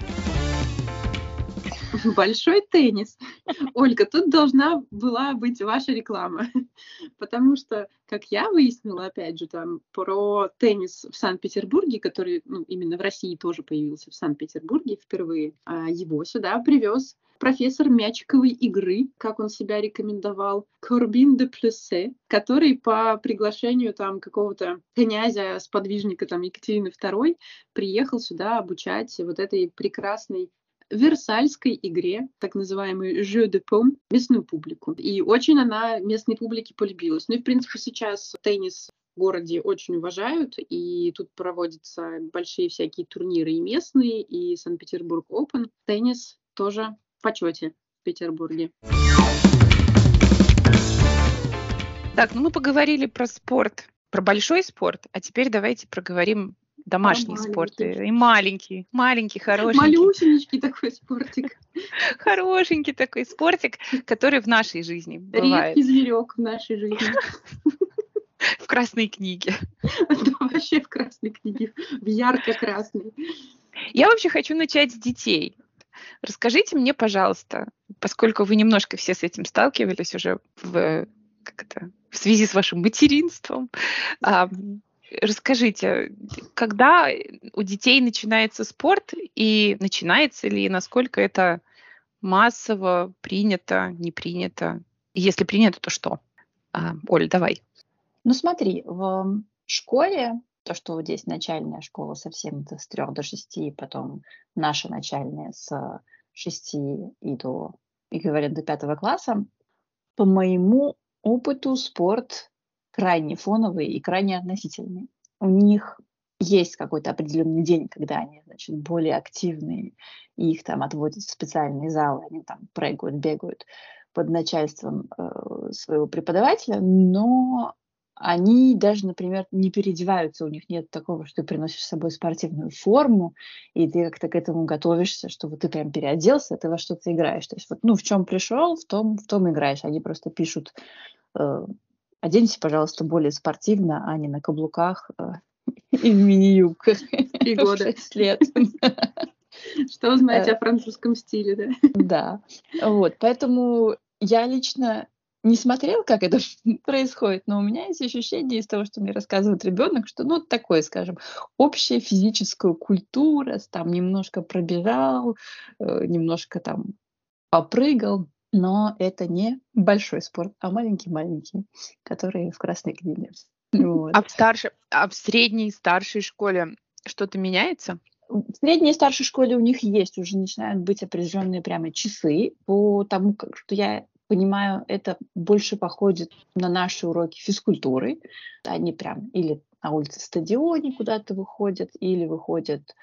Большой теннис. Ольга, тут должна была быть ваша реклама, потому что, как я выяснила, опять же, там про теннис в Санкт-Петербурге, который, ну, именно в России тоже появился в Санкт-Петербурге впервые, а его сюда привез профессор мячиковой игры, как он себя рекомендовал, Корбин де Плессе, который по приглашению там какого-то князя, сподвижника там Екатерины второй приехал сюда обучать вот этой прекрасной версальской игре, так называемой jeu de paume, местную публику. И очень она местной публике полюбилась. Ну и, в принципе, сейчас теннис в городе очень уважают, и тут проводятся большие всякие турниры и местные, и Санкт-Петербург Open. Теннис тоже в почете в Петербурге. Так, ну мы поговорили про спорт, про большой спорт, а теперь давайте проговорим домашний а спорт. И маленький, маленький, хорошенький. Малюсенечкий такой спортик. Хорошенький такой спортик, который в нашей жизни бывает. Редкий зверек в нашей жизни. В красной книге. Да, вообще в красной книге, в ярко-красной. Я вообще хочу начать с детей. Расскажите мне, пожалуйста, поскольку вы немножко все с этим сталкивались уже в, как это, в связи с вашим материнством, расскажите, когда у детей начинается спорт, и начинается ли, насколько это массово, принято, не принято? И если принято, то что? А, Оль, давай. Ну смотри, в школе, то, что вот здесь начальная школа совсем это с трех до шести, потом наша начальная с шести и до эквивалента пятого класса, по моему опыту спорт крайне фоновые и крайне относительные. У них есть какой-то определенный день, когда они, значит, более активные, и их там отводят в специальные залы, они там прыгают, бегают под начальством э, своего преподавателя, но они даже, например, не переодеваются, у них нет такого, что ты приносишь с собой спортивную форму, и ты как-то к этому готовишься, что вот ты прям переоделся, ты во что-то играешь. То есть вот, ну, в чем пришел, в том, в том играешь. Они просто пишут э, оденься, пожалуйста, более спортивно, а не на каблуках э, и в мини-юбках Три в года. шесть лет. Что вы знаете Э, о французском стиле, да? Да, вот, поэтому я лично не смотрела, как это происходит, но у меня есть ощущение из того, что мне рассказывает ребенок, что, ну, такое, скажем, общая физическая культура, с- там немножко пробежал, э, немножко там попрыгал, но это не большой спорт, а маленький-маленький, который в красной книге. Вот. А в старшей, а в средней, старшей школе что-то меняется? В средней и старшей школе у них есть, уже начинают быть определенные прямо часы. По тому, как, что я понимаю, это больше походит на наши уроки физкультуры. Они прям или на улице стадионе куда-то выходят, или выходят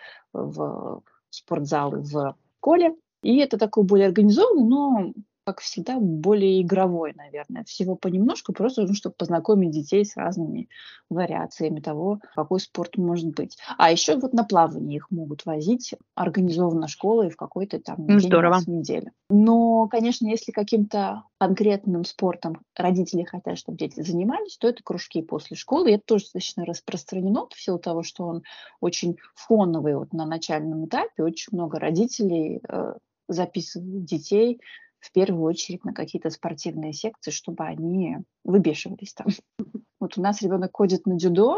в спортзалы в школе. И это такой более организованный, но, как всегда, более игровой, наверное. Всего понемножку, просто ну, чтобы познакомить детей с разными вариациями того, какой спорт может быть. А еще вот на плавание их могут возить организованно школой в какой-то там Ну, день здорово. раз в неделю. Но, конечно, если каким-то конкретным спортом родители хотят, чтобы дети занимались, то это кружки после школы. И это тоже достаточно распространено в силу того, что он очень фоновый вот на начальном этапе. Очень много родителей э, записывают детей в первую очередь на какие-то спортивные секции, чтобы они выбешивались там. Вот у нас ребенок ходит на дзюдо,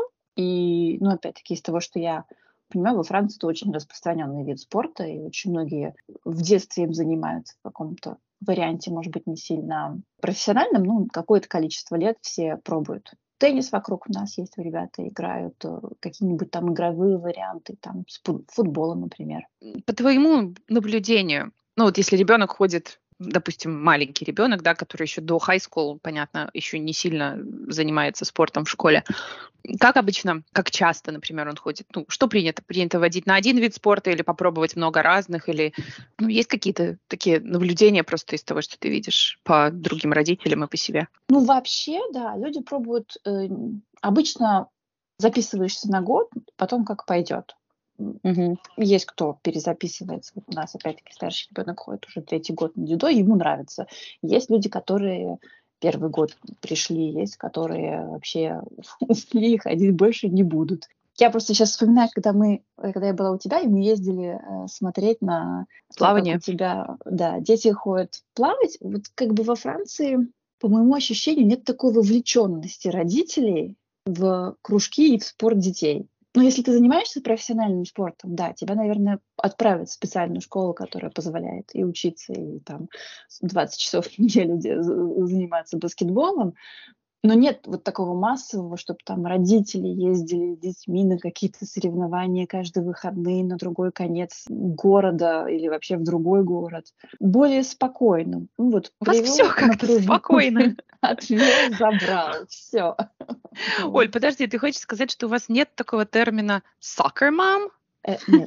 и, ну, опять-таки, из того, что я понимаю, во Франции это очень распространенный вид спорта, и очень многие в детстве им занимаются в каком-то варианте, может быть, не сильно профессиональном, но какое-то количество лет все пробуют. Теннис вокруг у нас есть, ребята играют, э, какие-нибудь там игровые варианты, там, с фут- футбола, например. По твоему наблюдению, ну вот если ребенок ходит, допустим, маленький ребенок, да, который еще до high school, понятно, еще не сильно занимается спортом в школе, как обычно, как часто, например, он ходит? Ну, что принято? Принято водить на один вид спорта или попробовать много разных? Или ну, есть какие-то такие наблюдения просто из того, что ты видишь по другим родителям и по себе? Ну, вообще, да, люди пробуют, э, обычно записываешься на год, потом как пойдет. Мгм. Есть кто перезаписывается. Вот у нас, опять-таки, старший ребенок ходит уже третий год на дзюдо, ему нравится. Есть люди, которые первый год пришли, есть, которые вообще ушли, ходить больше не будут. Я просто сейчас вспоминаю, когда мы, когда я была у тебя, и мы ездили э, смотреть на то, как у Плавание. тебя, да, дети ходят плавать. Вот как бы во Франции, по моему ощущению, нет такой вовлеченности родителей в кружки и в спорт детей. Но если ты занимаешься профессиональным спортом, да, тебя, наверное, отправят в специальную школу, которая позволяет и учиться, и там двадцать часов в неделю де- з- заниматься баскетболом. Но нет вот такого массового, чтобы там родители ездили с детьми на какие-то соревнования каждые выходные на другой конец города или вообще в другой город. Более спокойно. Ну вот У вас все привел, как-то напружен, спокойно. отвел, забрал, все. Оль, подожди, ты хочешь сказать, что у вас нет такого термина soccer mom? Нет.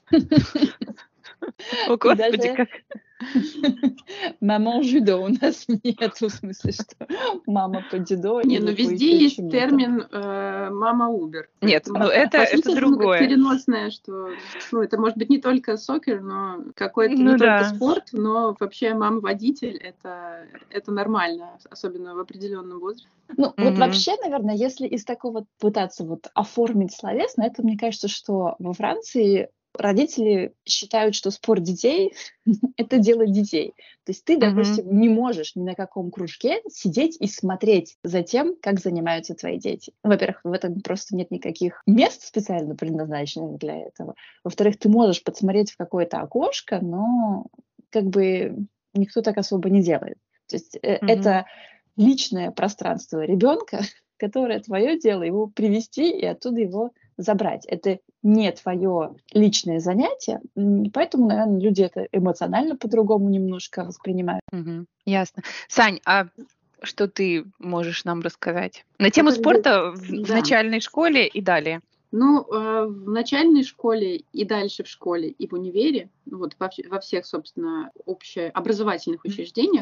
О, И Господи, даже как... маман жюдо у нас нет, в смысле, что мама по дзюдо Не, ну или по везде еще есть чему-то. термин э, мама Убер. Нет, Поэтому ну это, по это сути это ну, как другое. переносное, что ну, это может быть не только сокер, но какой-то Ну не только да. спорт, но вообще мама-водитель это, это нормально, особенно в определенном возрасте. Ну, вот Мгм. вообще, наверное, если из такого пытаться вот оформить словесно, это, мне кажется, что во Франции родители считают, что спорт детей — это дело детей. То есть ты, Мгм. допустим, не можешь ни на каком кружке сидеть и смотреть за тем, как занимаются твои дети. Во-первых, в этом просто нет никаких мест специально предназначенных для этого. Во-вторых, ты можешь подсмотреть в какое-то окошко, но как бы никто так особо не делает. То есть э, Мгм. это личное пространство ребенка, которое твое дело его привести и оттуда его забрать. Это не твое личное занятие, м, поэтому, наверное, люди это эмоционально по-другому немножко воспринимают. Мгм. Ясно. Сань, а что ты можешь нам рассказать на Ну, тему как бы, спорта в, в да. начальной школе и далее? Ну, э, в начальной школе и дальше в школе и в универе, ну, вот во, вс- во всех, собственно, общеобразовательных Мгм. учреждениях,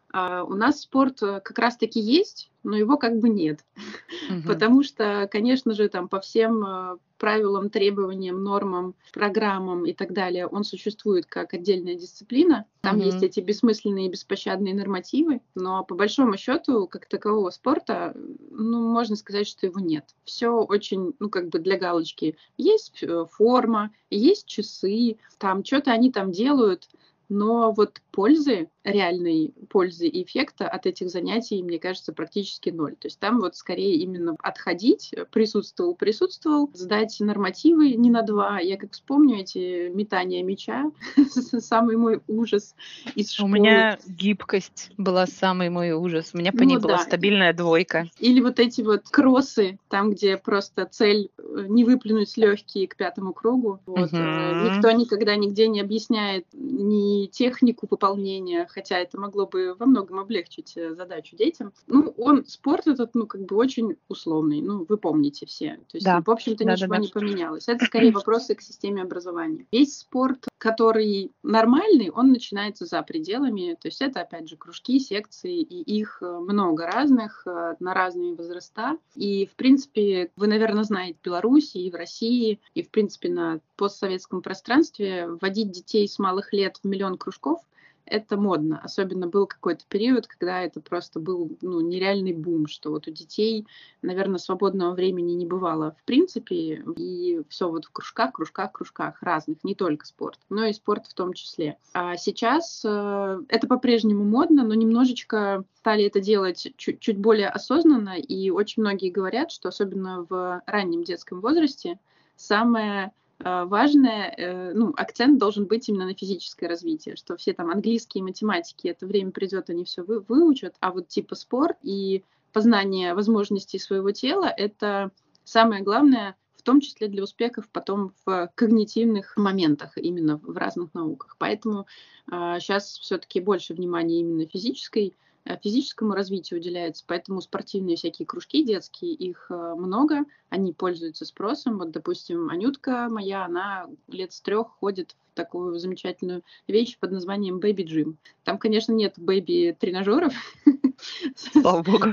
А у нас спорт э, как раз-таки есть, но его как бы нет. Мгм. Потому что, конечно же, там по всем э, правилам, требованиям, нормам, программам и так далее, он существует как отдельная дисциплина. Там есть Мгм. эти бессмысленные и беспощадные нормативы, но по большому счету, как такового спорта, ну, можно сказать, что его нет. Все очень, ну, как бы для галочки. Есть э, форма, есть часы, там что-то они там делают, но вот пользы, реальной пользы и эффекта от этих занятий, мне кажется, практически ноль. То есть там вот скорее именно отходить, э, присутствовал, присутствовал, сдать нормативы не на два. Я как вспомню эти метания мяча, самый мой ужас из У школы. меня гибкость была самый мой ужас. У меня по ней Ну была да, стабильная двойка. или вот эти вот кроссы, там, где просто цель э, не выплюнуть легкие к пятому кругу. Вот. э, Мгм. Никто никогда нигде не объясняет ни технику выполнения, хотя это могло бы во многом облегчить э, задачу детям. Ну, он, спорт этот, ну, как бы очень условный, ну, вы помните все. То есть, Да, в общем-то, да, да, ничего да. не поменялось. Это скорее вопросы к системе образования. Весь спорт, который нормальный, он начинается за пределами. То есть это, опять же, кружки, секции, и их э, много разных, э, на разные возраста. И, в принципе, вы, наверное, знаете, в Беларуси и в России, и, в принципе, на постсоветском пространстве вводить детей с малых лет в миллион кружков — это модно. Особенно был какой-то период, когда это просто был, ну, нереальный бум, что вот у детей, наверное, свободного времени не бывало в принципе, и все вот в кружках, кружках, кружках разных, не только спорт, но и спорт в том числе. А сейчас э, это по-прежнему модно, но немножечко стали это делать чуть, чуть более осознанно, и очень многие говорят, что особенно в раннем детском возрасте самое э, важное, э, ну, акцент должен быть именно на физическое развитие, что все там английские, математики, это время придет, они все вы, выучат, а вот типа спорт и познание возможностей своего тела — это самое главное, в том числе для успехов потом в когнитивных моментах, именно в разных науках. Поэтому э, сейчас все-таки больше внимания именно физической э, физическому развитию уделяется, поэтому спортивные всякие кружки детские, их э, много, они пользуются спросом. Вот, допустим, Анютка моя, она лет с трех ходит в такую замечательную вещь под названием Baby Gym. Там, конечно, нет бэби-тренажеров Слава богу.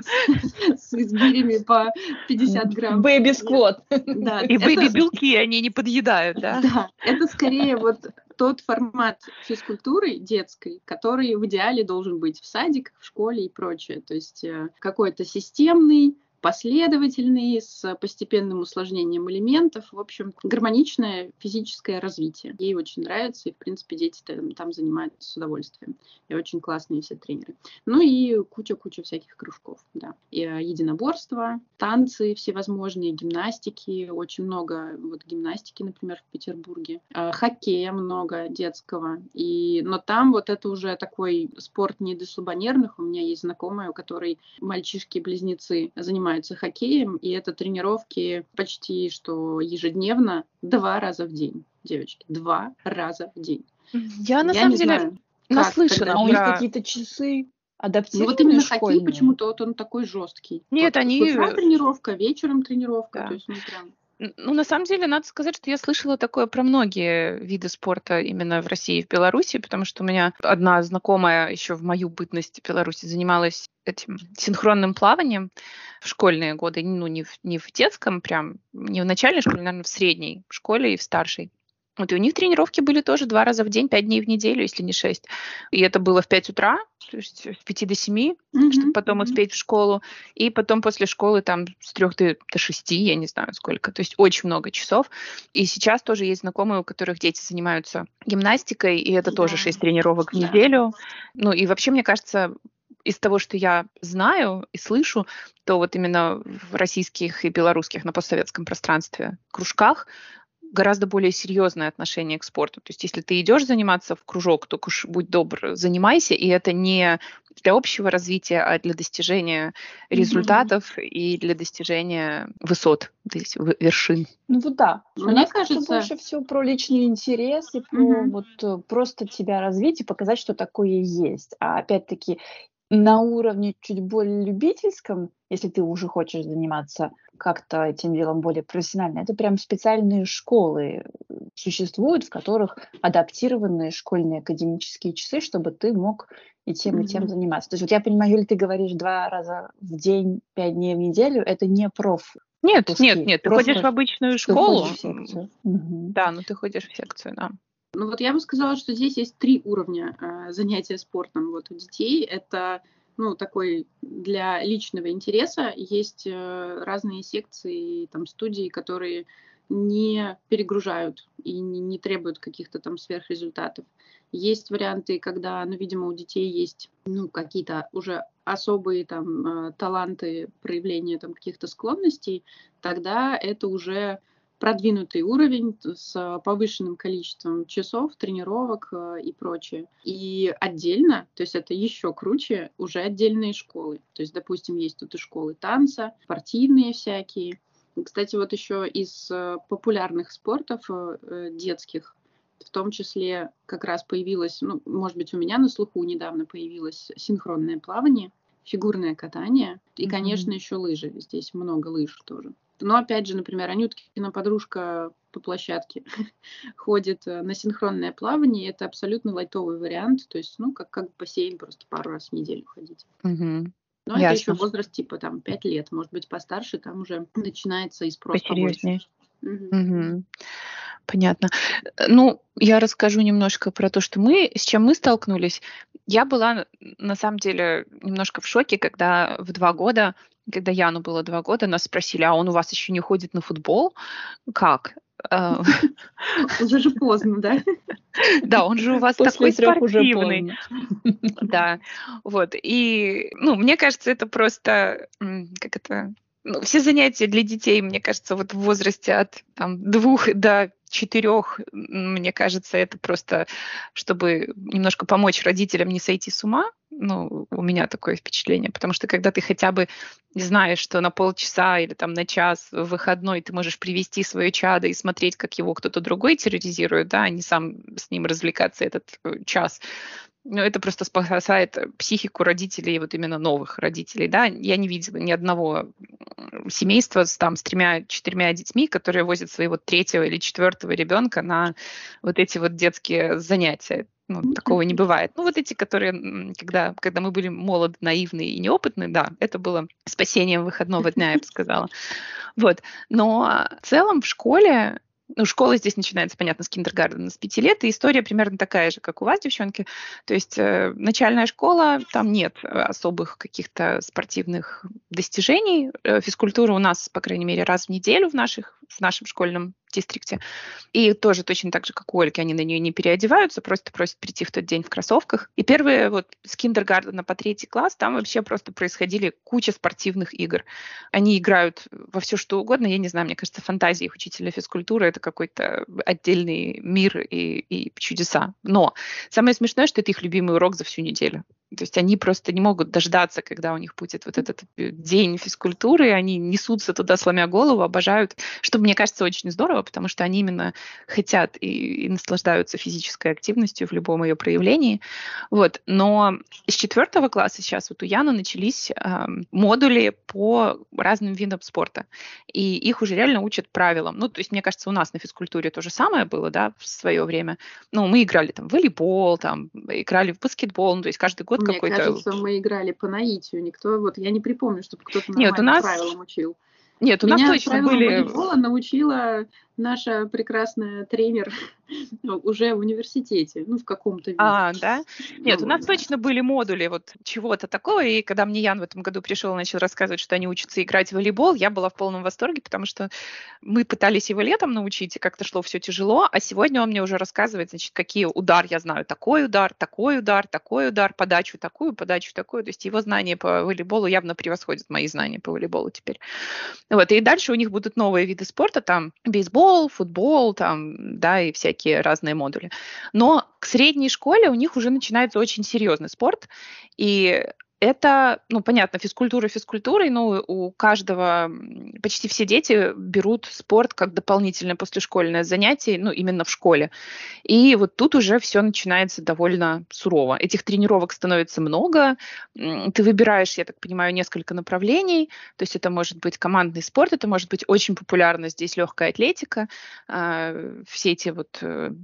с гирями по пятьдесят грамм. Бэби Нет. сквот. Да, И это, бэби-белки, они не подъедают, да? да, это скорее вот тот формат физкультуры детской, который в идеале должен быть в садиках, в школе и прочее. То есть э, какой-то системный, последовательный, с постепенным усложнением элементов. В общем, гармоничное физическое развитие. Ей очень нравится, и, в принципе, дети там, там занимаются с удовольствием. И очень классные все тренеры. Ну и куча-куча всяких кружков, да. И э, единоборства, танцы всевозможные, гимнастики. Очень много вот гимнастики, например, в Петербурге. Э, хоккея много детского. И, но там вот это уже такой спорт не для слабонервных. У меня есть знакомая, у которой мальчишки-близнецы занимаются хоккеем, и это тренировки почти что ежедневно, два раза в день, девочки, два раза в день. Я на Я самом не деле знаю, как наслышана тогда А у них про... какие-то часы ну адаптированные вот именно хоккей школьные? почему-то вот он такой жесткий. Нет, Вот с они... утра тренировка, вечером тренировка, то Да. есть ну прям. Н- Ну, на самом деле, надо сказать, что я слышала такое про многие виды спорта именно в России и в Беларуси, потому что у меня одна знакомая еще в мою бытность в Беларуси занималась этим синхронным плаванием в школьные годы, ну, не в, не в детском прям, не в начальной школе, наверное, в средней школе и в старшей. Вот, и у них тренировки были тоже два раза в день, пять дней в неделю, если не шесть. И это было в пять утра, то есть с пяти до семи, чтобы Мгм, потом мгм. успеть в школу. И потом после школы там с трех до, до шести, я не знаю сколько. То есть очень много часов. И сейчас тоже есть знакомые, у которых дети занимаются гимнастикой, и это тоже Да, шесть тренировок в да. неделю. Ну и вообще, мне кажется, из того, что я знаю и слышу, то вот именно в российских и белорусских на постсоветском пространстве кружках гораздо более серьезное отношение к спорту. То есть если ты идешь заниматься в кружок, то уж будь добр, занимайся, и это не для общего развития, а для достижения Мгм. результатов и для достижения высот, то есть в- вершин. Ну вот да. У Мне нас как-то кажется, больше все про личный интерес и про мгм. вот э, просто тебя развить и показать, что такое есть. А опять-таки на уровне чуть более любительском, если ты уже хочешь заниматься как-то этим делом более профессионально, это прям специальные школы существуют, в которых адаптированы школьные академические часы, чтобы ты мог и тем, и тем Мгм. заниматься. То есть вот я понимаю, Юля, ты говоришь два раза в день, пять дней в неделю, это не проф Нет, нет, куски, нет, ты ходишь в просто обычную ты ходишь школу. в м, секцию. Мгм. Да, но ты ходишь в секцию, да. Ну вот я бы сказала, что здесь есть три уровня э, занятия спортом вот у детей. Это ну, такой для личного интереса. Есть э, разные секции, там, студии, которые не перегружают и не, не требуют каких-то там сверхрезультатов. Есть варианты, когда, ну, видимо, у детей есть ну, какие-то уже особые там э, таланты проявления там каких-то склонностей, тогда это уже продвинутый уровень с повышенным количеством часов, тренировок э, и прочее. И отдельно, то есть это еще круче, уже отдельные школы. То есть, допустим, есть тут и школы танца, спортивные всякие. Кстати, вот еще из э, популярных спортов э, э, детских, в том числе как раз появилось, ну, может быть, у меня на слуху недавно появилось синхронное плавание, фигурное катание и, Мгм. конечно, еще лыжи. Здесь много лыж тоже. Но опять же, например, Анюткина подружка по площадке ходит э, на синхронное плавание, и это абсолютно лайтовый вариант, то есть, ну, как, как бассейн, просто пару раз в неделю ходить. Мгм. Но это еще Ясно. возраст типа там пять лет, может быть, постарше, там уже начинается и спрос побольше. Посерьезнее. Мгм. Мгм. Понятно. Э, Ну, я расскажу немножко про то, что мы, с чем мы столкнулись. Я была н- на самом деле немножко в шоке, когда в два года, когда Яну было два года, нас спросили, а он у вас еще не ходит на футбол? Как? Э, Уже же поздно, да? Да, он же у вас После такой трех уже спортивный. поздно. Да, вот. И, ну, мне кажется, это просто, м, как это, ну, все занятия для детей, мне кажется, вот в возрасте от там, двух до четырех, м, мне кажется, это просто, чтобы немножко помочь родителям не сойти с ума. Ну, у меня такое впечатление, потому что когда ты хотя бы знаешь, что на полчаса или там на час в выходной ты можешь привести свое чадо и смотреть, как его кто-то другой терроризирует, да, а не сам с ним развлекаться этот э, час, ну, это просто спасает э, психику родителей, вот именно новых родителей, да. Я не видела ни одного м, семейства с, там, с тремя-четырьмя детьми, которые возят своего третьего или четвертого ребенка на вот эти вот детские занятия. Ну, такого не бывает. Ну, вот эти, которые, м, когда, когда мы были молоды, наивные и неопытные, да, это было спасением выходного дня, я бы сказала. Вот. Но в целом в школе, ну, школа здесь начинается, понятно, с киндергардена, с пяти лет, и история примерно такая же, как у вас, девчонки. То есть э, начальная школа, там нет э, особых каких-то спортивных достижений. Э, физкультура у нас, по крайней мере, раз в неделю в, наших, в нашем школьном дистрикте. И тоже точно так же, как у Ольги, они на нее не переодеваются, просто просят прийти в тот день в кроссовках. И первые вот с киндергардена по третий класс там вообще просто происходили куча спортивных игр. Они играют во все что угодно. Я не знаю, мне кажется, фантазия их учителя физкультуры — это какой-то отдельный мир и, и чудеса. Но самое смешное, что это их любимый урок за всю неделю. То есть они просто не могут дождаться, когда у них будет вот этот э, день физкультуры, они несутся туда, сломя голову, обожают, что, мне кажется, очень здорово, потому что они именно хотят и, и наслаждаются физической активностью в любом ее проявлении. Вот. Но с четвертого класса сейчас вот у Яны начались э, модули по разным видам спорта, и их уже реально учат правилам. Ну, то есть, мне кажется, у нас на физкультуре то же самое было, да, в свое время. Ну, мы играли там в волейбол, там, играли в баскетбол, ну, то есть каждый год Мне какой-то... кажется, мы играли по наитию. Никто, вот я не припомню, чтобы кто-то Нет, у нормально нас... правилам учил. Нет, у нас Меня точно правилам были... волейбола научила наша прекрасная тренер уже в университете, ну, в каком-то виде. А, да? Нет, Ну, у нас да. точно были модули вот чего-то такого, и когда мне Ян в этом году пришел и начал рассказывать, что они учатся играть в волейбол, я была в полном восторге, потому что мы пытались его летом научить, и как-то шло все тяжело, а сегодня он мне уже рассказывает, значит, какие удар я знаю, такой удар, такой удар, такой удар, подачу такую, подачу такую, то есть его знания по волейболу явно превосходят мои знания по волейболу теперь. Вот, и дальше у них будут новые виды спорта, там бейсбол, футбол, там, да, и всякие разные модули. Но к средней школе у них уже начинается очень серьезный спорт, и Это, ну, понятно, физкультура физкультурой, но у каждого, почти все дети берут спорт как дополнительное послешкольное занятие, ну, именно в школе. И вот тут уже все начинается довольно сурово. Этих тренировок становится много. Ты выбираешь, я так понимаю, несколько направлений. То есть это может быть командный спорт, это может быть очень популярно здесь легкая атлетика, все эти вот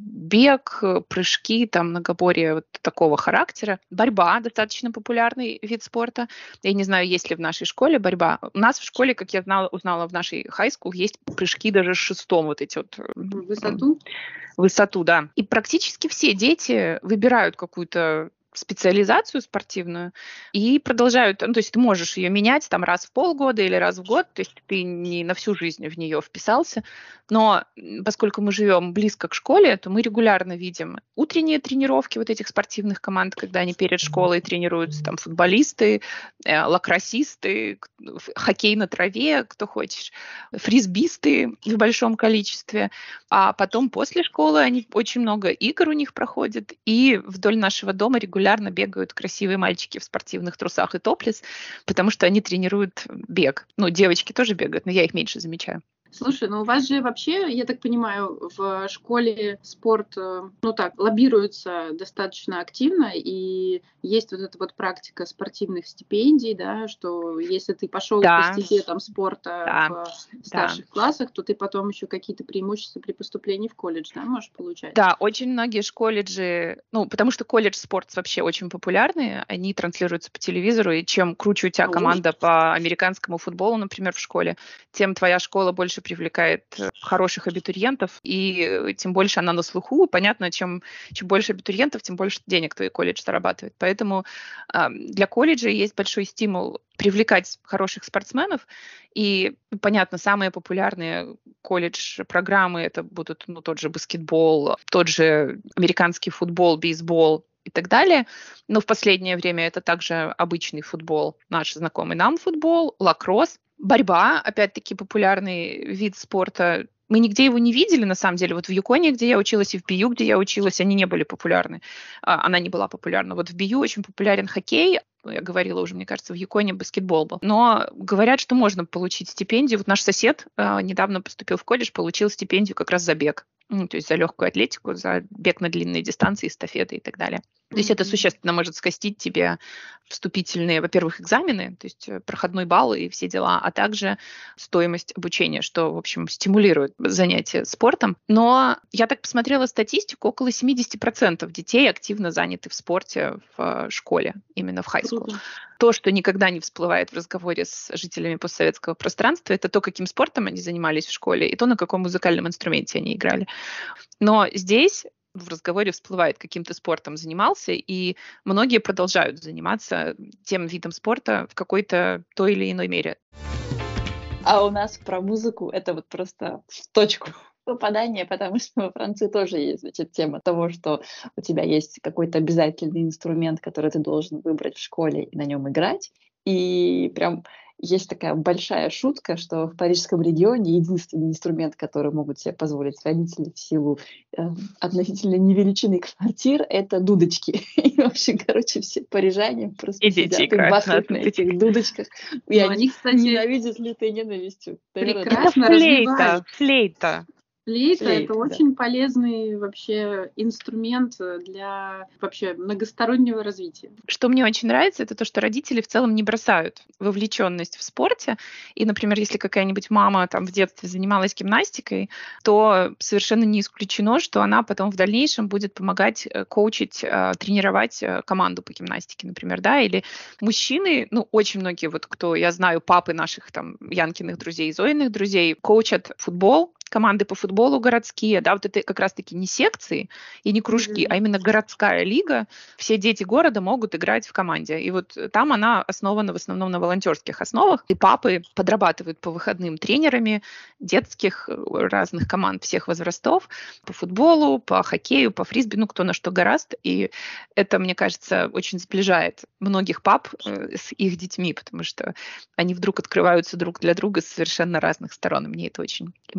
бег, прыжки, там многоборье вот такого характера. Борьба достаточно популярный вид спорта. Я не знаю, есть ли в нашей школе борьба. У нас в школе, как я знала, узнала в нашей high school, есть прыжки даже с шестом, вот эти вот. Высоту? Высоту, да. И практически все дети выбирают какую-то специализацию спортивную и продолжают, ну, то есть ты можешь ее менять там раз в полгода или раз в год, то есть ты не на всю жизнь в нее вписался, но поскольку мы живем близко к школе, то мы регулярно видим утренние тренировки вот этих спортивных команд, когда они перед школой тренируются, там футболисты, э, лакроссисты, хоккей на траве, кто хочешь, фрисбисты в большом количестве, а потом после школы они очень много игр у них проходит, и вдоль нашего дома регулярно регулярно бегают красивые мальчики в спортивных трусах и топлес, потому что они тренируют бег. Ну, девочки тоже бегают, но я их меньше замечаю. Слушай, ну у вас же вообще, я так понимаю, в школе спорт, ну так, лоббируется достаточно активно, и есть вот эта вот практика спортивных стипендий, да, что если ты пошел Да. по стезе там спорта Да. в старших Да. классах, то ты потом еще какие-то преимущества при поступлении в колледж, да, можешь получать? Да, очень многие ж колледжи, ну, потому что колледж-спорт вообще очень популярный, они транслируются по телевизору, и чем круче у тебя Ого. команда по американскому футболу, например, в школе, тем твоя школа больше привлекает хороших абитуриентов, и тем больше она на слуху. Понятно, чем, чем больше абитуриентов, тем больше денег твой колледж зарабатывает. Поэтому э, для колледжа есть большой стимул привлекать хороших спортсменов, и, понятно, самые популярные колледж-программы это будут, ну, тот же баскетбол, тот же американский футбол, бейсбол и так далее. Но в последнее время это также обычный футбол, наш знакомый нам футбол, лакросс. Борьба, опять-таки, популярный вид спорта. Мы нигде его не видели, на самом деле. Вот в Юконе, где я училась, и в би ю, где я училась, они не были популярны. Она не была популярна. Вот в би ю очень популярен хоккей. Я говорила уже, мне кажется, в Юконе баскетбол был. Но говорят, что можно получить стипендию. Вот наш сосед э, недавно поступил в колледж, получил стипендию как раз за бег. Ну, то есть за легкую атлетику, за бег на длинные дистанции, эстафеты и так далее. То есть это существенно может скостить тебе вступительные, во-первых, экзамены, то есть проходной балл и все дела, а также стоимость обучения, что, в общем, стимулирует занятия спортом. Но я так посмотрела статистику, около семьдесят процентов детей активно заняты в спорте в школе, именно в high school. То, что никогда не всплывает в разговоре с жителями постсоветского пространства, это то, каким спортом они занимались в школе, и то, на каком музыкальном инструменте они играли. Но здесь в разговоре всплывает, каким ты спортом занимался, и многие продолжают заниматься тем видом спорта в какой-то той или иной мере. А у нас про музыку это вот просто в точку попадания, потому что во Франции тоже есть, значит, тема того, что у тебя есть какой-то обязательный инструмент, который ты должен выбрать в школе и на нем играть. И прям есть такая большая шутка, что в парижском регионе единственный инструмент, который могут себе позволить родители в силу э, относительно невеличины квартир, это дудочки. И, в общем, короче, все парижане просто И дети сидят и играют бахают на на этих дудочках. И Ну, они, они, кстати, ненавидят лютой ненавистью. Наверное, прекрасно Это флейта, развивают. флейта. Флейта — Флейта, это да. очень полезный вообще инструмент для вообще многостороннего развития. Что мне очень нравится, это то, что родители в целом не бросают вовлеченность в спорте. И, например, если какая-нибудь мама там в детстве занималась гимнастикой, то совершенно не исключено, что она потом в дальнейшем будет помогать э, коучить, э, тренировать э, команду по гимнастике, например, да, или мужчины, ну, очень многие, вот кто, я знаю, папы наших там Янкиных друзей, Зоиных друзей, коучат футбол, команды по футболу городские, да, вот это как раз-таки не секции и не кружки, Мгм. а именно городская лига. Все дети города могут играть в команде. И вот там она основана в основном на волонтерских основах. И папы подрабатывают по выходным тренерами детских разных команд всех возрастов по футболу, по хоккею, по фрисби, ну, кто на что горазд. И это, мне кажется, очень сближает многих пап э, с их детьми, потому что они вдруг открываются друг для друга с совершенно разных сторон. И мне это очень импонирует.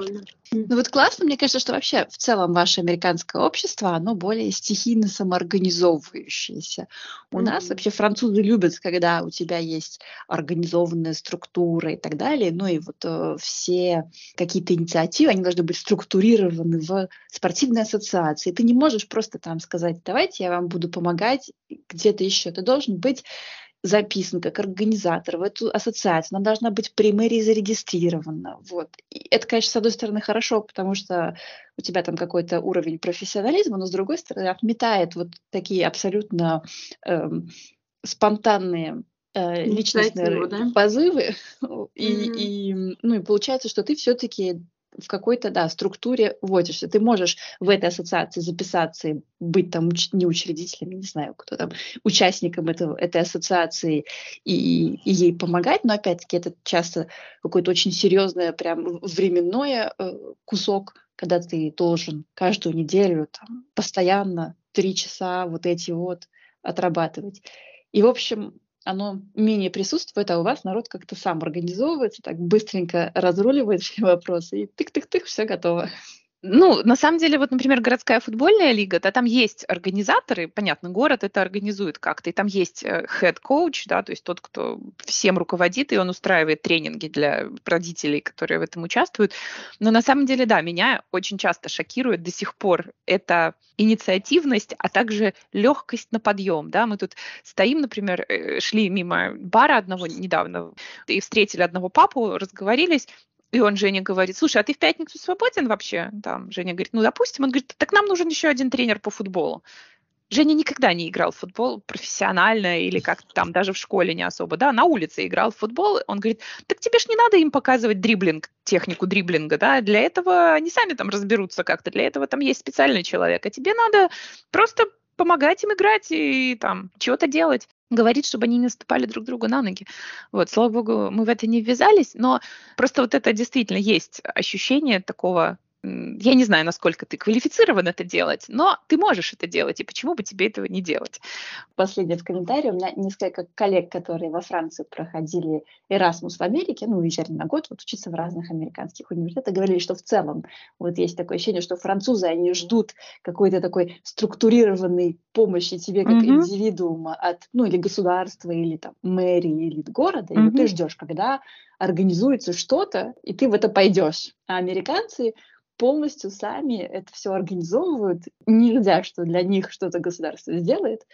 прикольно. Ну вот классно, мне кажется, что вообще в целом ваше американское общество, оно более стихийно самоорганизовывающееся. У нас Мгм. вообще французы любят, когда у тебя есть организованная структура и так далее, ну и вот э, все какие-то инициативы, они должны быть структурированы в спортивной ассоциации. Ты не можешь просто там сказать, давайте я вам буду помогать где-то еще. Ты должен быть записан как организатор в эту ассоциацию, она должна быть при мэрии зарегистрирована. Вот. И это, конечно, с одной стороны хорошо, потому что у тебя там какой-то уровень профессионализма, но с другой стороны отметает вот такие абсолютно эм, спонтанные э, Инициативу, личностные да? позывы, и, Мгм. и, ну, и получается, что ты все-таки в какой-то, да, структуре вводишься. Ты можешь в этой ассоциации записаться и быть там уч- не учредителем, я не знаю, кто там, участником этого, этой ассоциации и, и ей помогать, но опять-таки это часто какое-то очень серьезное прям временное э, кусок, когда ты должен каждую неделю там, постоянно три часа вот эти вот отрабатывать. И, в общем, оно менее присутствует, а у вас народ как-то сам организовывается, так быстренько разруливает все вопросы, и тык-тык-тык, все готово. Ну, на самом деле, вот, например, городская футбольная лига, да, там есть организаторы, понятно, город это организует как-то, и там есть head-коуч, да, то есть тот, кто всем руководит, и он устраивает тренинги для родителей, которые в этом участвуют. Но на самом деле, да, меня очень часто шокирует до сих пор эта инициативность, а также легкость на подъем, да, мы тут стоим, например, э, шли мимо бара одного недавно и встретили одного папу, разговорились, и он Жене говорит, слушай, а ты в пятницу свободен вообще? Там Женя говорит, ну, допустим. Он говорит, так нам нужен еще один тренер по футболу. Женя никогда не играл в футбол профессионально или как-то там даже в школе не особо, да, на улице играл в футбол. Он говорит, так тебе ж не надо им показывать дриблинг, технику дриблинга, да, для этого они сами там разберутся как-то, для этого там есть специальный человек, а тебе надо просто помогать им играть и там чего-то делать. Говорит, чтобы они не наступали друг другу на ноги. Вот, слава богу, мы в это не ввязались, но просто вот это действительно есть ощущение такого, м, я не знаю, насколько ты квалифицирован это делать, но ты можешь это делать, и почему бы тебе этого не делать? Последнее в комментарии. У меня несколько коллег, которые во Франции проходили Erasmus в Америке, ну, уезжали на год вот учиться в разных американских университетах, говорили, что в целом вот есть такое ощущение, что французы, они ждут какой-то такой структурированной помощи тебе как Мгм, индивидуума от, ну, или государства, или там мэрии, или города, и вот ты мгм. ждешь, когда организуется что-то, и ты в это пойдешь. А американцы полностью сами это все организовывают. Не ждя, что для них что-то государство сделает,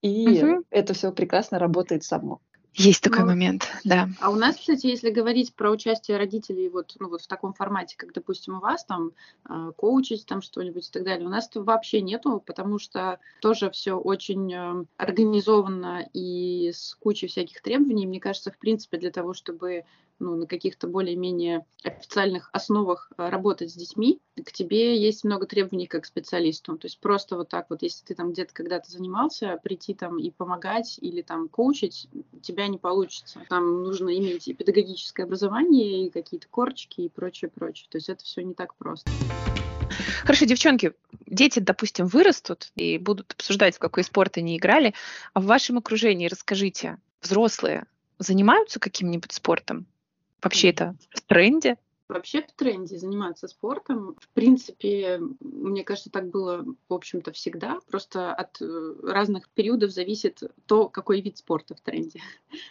и Мгм. это все прекрасно работает само. Есть такой Ну, момент, да. а у нас, кстати, если говорить про участие родителей вот, ну, вот в таком формате, как, допустим, у вас там э, коучить там что-нибудь и так далее, у нас-то вообще нету, потому что тоже все очень э, организованно и с кучей всяких требований. Мне кажется, в принципе, для того, чтобы ну, на каких-то более-менее официальных основах э, работать с детьми, к тебе есть много требований как к специалисту. То есть просто вот так вот, если ты там где-то когда-то занимался, прийти там и помогать или там коучить, у тебя не получится. Там нужно иметь и педагогическое образование, и какие-то корочки, и прочее, прочее. То есть это все не так просто. Хорошо, девчонки, дети, допустим, вырастут и будут обсуждать, в какой спорт они играли, а в вашем окружении расскажите, взрослые занимаются каким-нибудь спортом? Вообще это в тренде? Вообще в тренде заниматься спортом. В принципе, мне кажется, так было, в общем-то, всегда. Просто от э, разных периодов зависит то, какой вид спорта в тренде.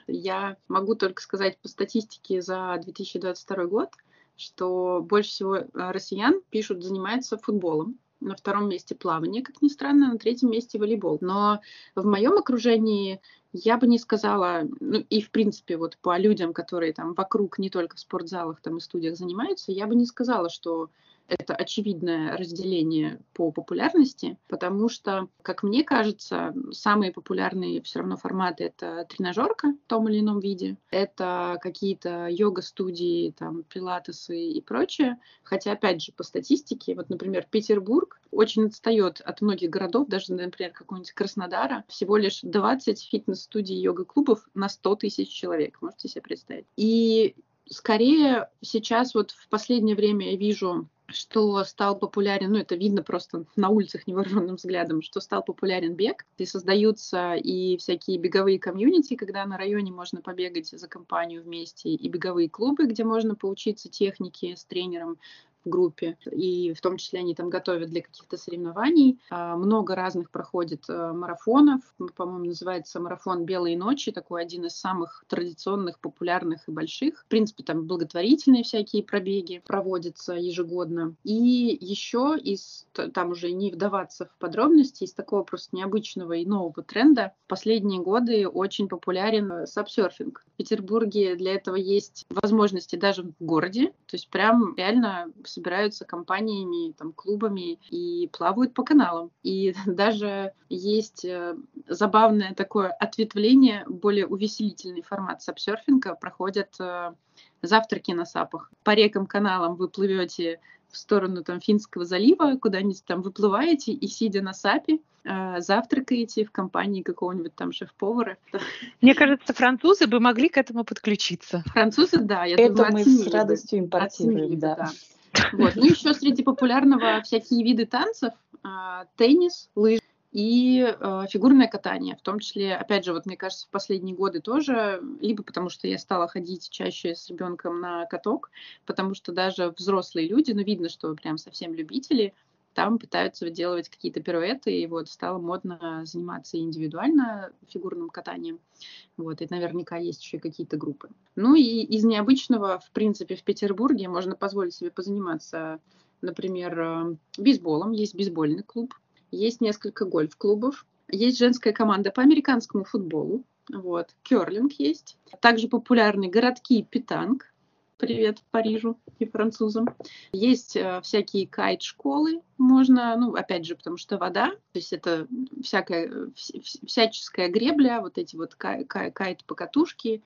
Я могу только сказать по статистике за две тысячи двадцать второй год, что больше всего э, россиян пишут, занимаются футболом. На втором месте плавание, как ни странно, на третьем месте волейбол. Но в моем окружении я бы не сказала, ну и в принципе вот по людям, которые там вокруг не только в спортзалах там и студиях занимаются, я бы не сказала, что это очевидное разделение по популярности, потому что, как мне кажется, самые популярные все равно форматы — это тренажерка в том или ином виде, это какие-то йога-студии, там, пилатесы и прочее. Хотя, опять же, по статистике, вот, например, Петербург очень отстает от многих городов, даже, например, какого-нибудь Краснодара, всего лишь двадцать фитнес-студий и йога-клубов на сто тысяч человек, можете себе представить. И скорее сейчас вот в последнее время я вижу, что стал популярен, ну это видно просто на улицах невооруженным взглядом, что стал популярен бег. И создаются и всякие беговые комьюнити, когда на районе можно побегать за компанию вместе, и беговые клубы, где можно поучиться технике с тренером. группе, и в том числе они там готовят для каких-то соревнований. Много разных проходит марафонов. По-моему, называется марафон «Белые ночи», такой один из самых традиционных, популярных и больших. В принципе, там благотворительные всякие пробеги проводятся ежегодно. И еще из, там уже не вдаваться в подробности, из такого просто необычного и нового тренда в последние годы очень популярен сапсерфинг. В Петербурге для этого есть возможности даже в городе, то есть прям реально собираются компаниями, там, клубами и плавают по каналам. И даже есть забавное такое ответвление, более увеселительный формат сапсерфинга. Проходят завтраки на сапах. По рекам, каналам вы плывете в сторону там Финского залива, куда-нибудь там выплываете и, сидя на сапе, э, завтракаете в компании какого-нибудь там шеф-повара. Мне кажется, французы бы могли к этому подключиться. Французы, да, я Это думаю, мы оценили с радостью бы. импортируем, Оценили бы, да. да. Вот. Ну, еще среди популярного всякие виды танцев, э, теннис, лыжи и э, фигурное катание, в том числе, опять же, вот мне кажется, в последние годы тоже, либо потому что я стала ходить чаще с ребенком на каток, потому что даже взрослые люди, ну, видно, что прям совсем любители, там пытаются выделывать какие-то пируэты, и вот стало модно заниматься индивидуально фигурным катанием. Вот, и наверняка есть еще какие-то группы. Ну и из необычного, в принципе, в Петербурге можно позволить себе позаниматься, например, бейсболом. Есть бейсбольный клуб. Есть несколько гольф-клубов, есть женская команда по американскому футболу, вот, керлинг есть. Также популярны городки питанг, привет Парижу и французам. Есть э, всякие кайт-школы, можно, ну, опять же, потому что вода, то есть это всякая, вс- всяческая гребля, вот эти вот кай- кай- кайт-покатушки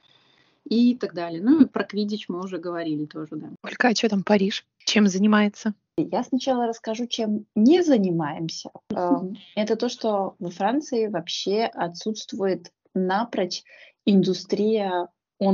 и так далее. Ну, и про квиддич мы уже говорили тоже, да. Ольга, а что там Париж? Чем занимается? Я сначала расскажу, чем не занимаемся. Это то, что во Франции вообще отсутствует напрочь индустрия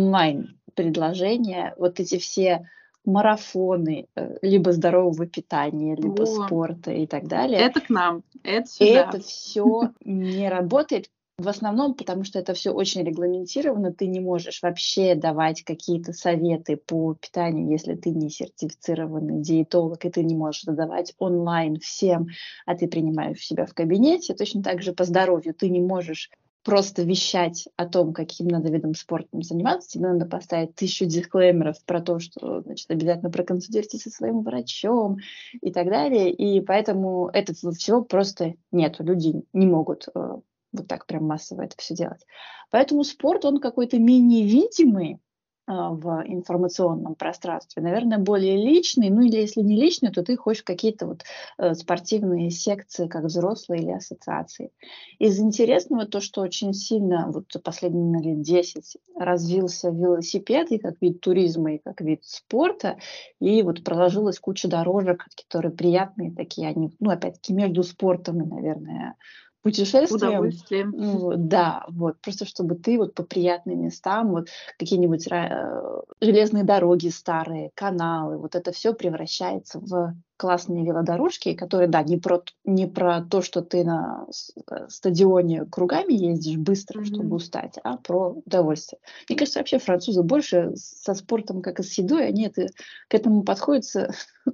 онлайн-предложения. Вот эти все марафоны, либо здорового питания, либо О, спорта и так далее. это к нам, это сюда. Это все не работает. В основном, потому что это все очень регламентировано, ты не можешь вообще давать какие-то советы по питанию, если ты не сертифицированный диетолог, и ты не можешь задавать онлайн всем, а ты принимаешь себя в кабинете. Точно так же по здоровью ты не можешь просто вещать о том, каким надо видом спорта заниматься. Тебе надо поставить тысячу дисклеймеров про то, что, значит, обязательно проконсультируйтесь со своим врачом и так далее. И поэтому этого всего просто нет. Люди не могут вот так прям массово это все делать. Поэтому спорт, он какой-то менее видимый а, в информационном пространстве, наверное, более личный, ну или если не личный, то ты ходишь в какие-то вот э, спортивные секции, как взрослые или ассоциации. Из интересного то, что очень сильно вот за последние лет десять развился велосипед и как вид туризма, и как вид спорта, и вот проложилась куча дорожек, которые приятные такие, они, ну, опять-таки, между спортом и, наверное, путешествием. Удовольствием. Ну, да, вот, просто чтобы ты вот по приятным местам, вот какие-нибудь э, железные дороги старые, каналы, вот это все превращается в классные велодорожки, которые, да, не про, не про то, что ты на стадионе кругами ездишь быстро, mm-hmm. чтобы устать, а про удовольствие. Мне кажется, вообще французы больше со спортом, как и с едой, они это, к этому подходят с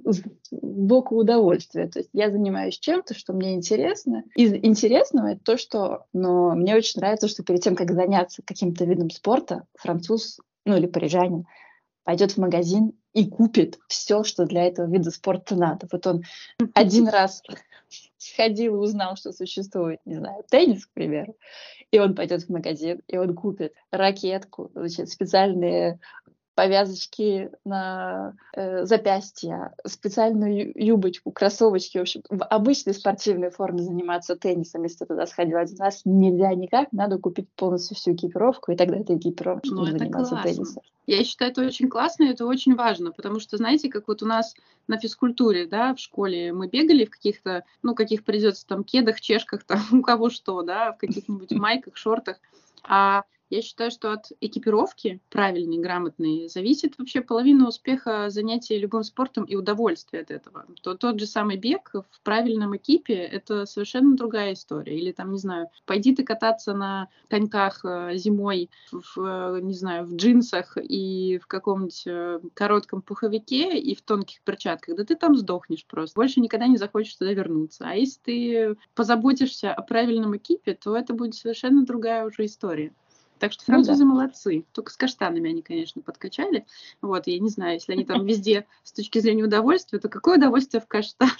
боку удовольствия. То есть я занимаюсь чем-то, что мне интересно. Из интересного это то, что но мне очень нравится, что перед тем, как заняться каким-то видом спорта, француз, ну или парижанин, пойдет в магазин и купит все, что для этого вида спорта надо. Вот он один раз сходил и узнал, что существует, не знаю, теннис, к примеру, и он пойдет в магазин, и он купит ракетку, значит, специальные повязочки на э, запястья, специальную юбочку, кроссовочки. В общем, в обычной спортивной форме заниматься теннисом, если ты туда сходил один раз, нельзя никак. Надо купить полностью всю экипировку, и тогда эта экипировка, чтобы ну, заниматься классно. теннисом. Я считаю, это очень классно, и это очень важно, потому что, знаете, как вот у нас на физкультуре, да, в школе мы бегали в каких-то, ну, каких придется там кедах, чешках, там, у кого что, да, в каких-нибудь майках, шортах. А Я считаю, что от экипировки правильной, грамотной зависит вообще половина успеха занятия любым спортом и удовольствия от этого. То тот же самый бег в правильном экипе — это совершенно другая история. Или там, не знаю, пойди ты кататься на коньках э, зимой в, э, не знаю, в джинсах и в каком-нибудь э, коротком пуховике и в тонких перчатках, да ты там сдохнешь просто. Больше никогда не захочешь туда вернуться. А если ты позаботишься о правильном экипе, то это будет совершенно другая уже история. Так что французы Ну да. молодцы. Только с каштанами они, конечно, подкачали. Вот, я не знаю, если они там везде с точки зрения удовольствия, то какое удовольствие в каштанах?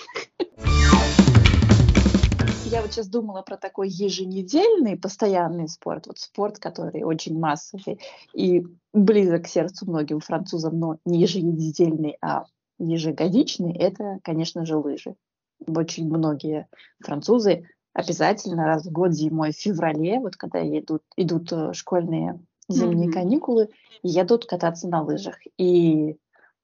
Я вот сейчас думала про такой еженедельный постоянный спорт. Вот спорт, который очень массовый и близок к сердцу многим французам, но не еженедельный, а ежегодичный. Это, конечно же, лыжи. Очень многие французы обязательно раз в год зимой, в феврале, вот когда идут, идут э, школьные зимние Мгм. каникулы, едут кататься на лыжах. И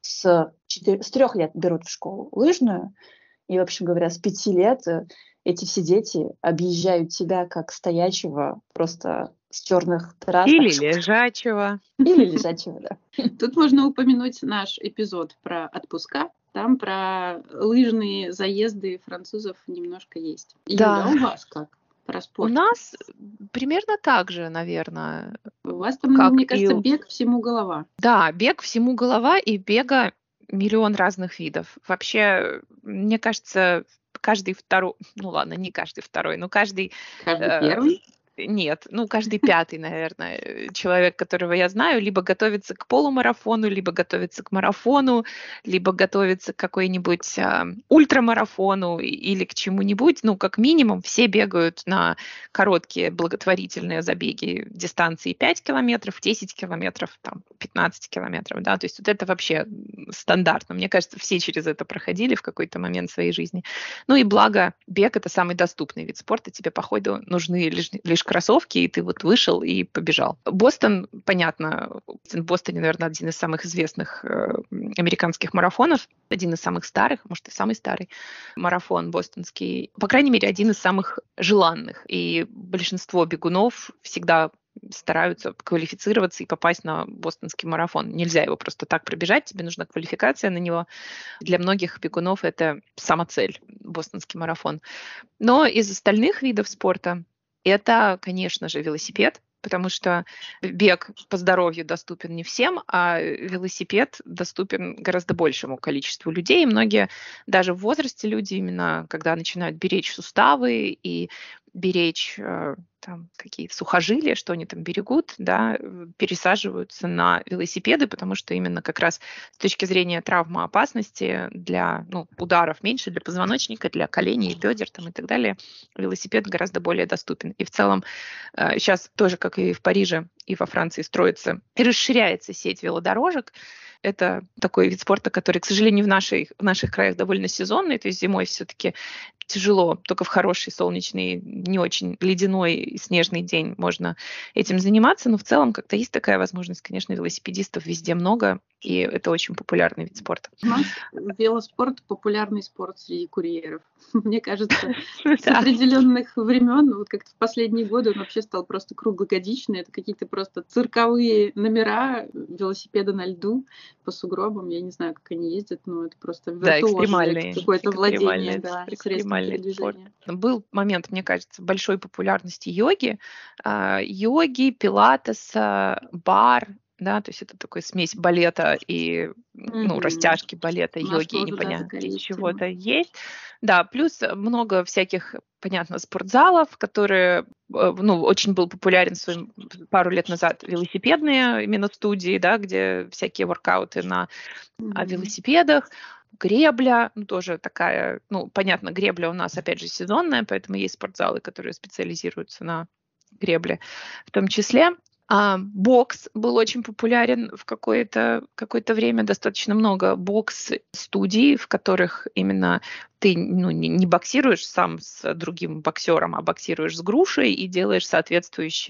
с, четыр- с трех лет берут в школу лыжную, и, в общем говоря, с пяти лет э, эти все дети объезжают тебя как стоячего, просто с черных трасс, так Или сказать, лежачего. или лежачего, да. Тут можно упомянуть наш эпизод про отпуска. Там про лыжные заезды французов немножко есть. Юля, а Да. у вас как? Про У спорт. нас примерно так же, наверное, У вас там, как мне и кажется, у... бег всему голова. Да, бег всему голова, и бега миллион разных видов. Вообще, мне кажется, каждый второй, ну ладно, не каждый второй, но каждый, Каждый э, первый. нет, ну каждый пятый, наверное, э, человек, которого я знаю, либо готовится к полумарафону, либо готовится к марафону, либо готовится к какой-нибудь а, ультрамарафону и- или к чему-нибудь. Ну, как минимум, все бегают на короткие благотворительные забеги дистанции пять километров, десять километров, там, пятнадцать километров, да, то есть вот это вообще м, стандартно. Мне кажется, все через это проходили в какой-то момент своей жизни. Ну и благо, бег — это самый доступный вид спорта, тебе по ходу нужны лишь, лишь кроссовки, и ты вот вышел и побежал. Бостон, понятно, в Бостоне, наверное, один из самых известных э, американских марафонов, один из самых старых, может, и самый старый марафон бостонский, по крайней мере, один из самых желанных, и большинство бегунов всегда стараются квалифицироваться и попасть на бостонский марафон. Нельзя его просто так пробежать, тебе нужна квалификация на него. Для многих бегунов это самоцель, бостонский марафон. Но из остальных видов спорта это, конечно же, велосипед, потому что бег по здоровью доступен не всем, а велосипед доступен гораздо большему количеству людей. И многие, даже в возрасте люди, именно когда начинают беречь суставы и беречь э, там какие-то сухожилия, что они там берегут, да, э, пересаживаются на велосипеды, потому что именно как раз с точки зрения травмоопасности для ну, ударов меньше, для позвоночника, для коленей, бедер там, и так далее, велосипед гораздо более доступен. И в целом э, сейчас тоже, как и в Париже, и во Франции, строится и расширяется сеть велодорожек. Это такой вид спорта, который, к сожалению, в, нашей, в наших краях довольно сезонный, то есть зимой все-таки тяжело, только в хороший солнечный, не очень ледяной и снежный день можно этим заниматься, но в целом как-то есть такая возможность. Конечно, велосипедистов везде много, и это очень популярный вид спорта. У нас велоспорт — популярный спорт среди курьеров. Мне кажется, с Да. определенных времен, ну, вот как-то в последние годы он вообще стал просто круглогодичный. Это какие-то просто цирковые номера велосипеда на льду по сугробам. Я не знаю, как они ездят, но это просто Да, виртуозное экстремальный, какое-то владение, экстремальный, да, средством экстремальный спорт. передвижения. Был момент, мне кажется, большой популярности йоги, а, йоги, пилатеса, бар, да, то есть это такой смесь балета и ну, Мгм. растяжки балета, У нас йоги и тоже, да, непонятно такая из есть тема. чего-то есть. Да, плюс много всяких, понятно, спортзалов, которые, э, ну, очень был популярен своим, пару лет назад велосипедные именно студии, да, где всякие воркауты на а, Мгм. велосипедах, гребля, ну, тоже такая, ну, понятно, гребля у нас, опять же, сезонная, поэтому есть спортзалы, которые специализируются на гребле в том числе. А, бокс был очень популярен в какое-то, какое-то время, достаточно много бокс-студий, в которых именно ты ну, не, не боксируешь сам с другим боксером, а боксируешь с грушей и делаешь соответствующее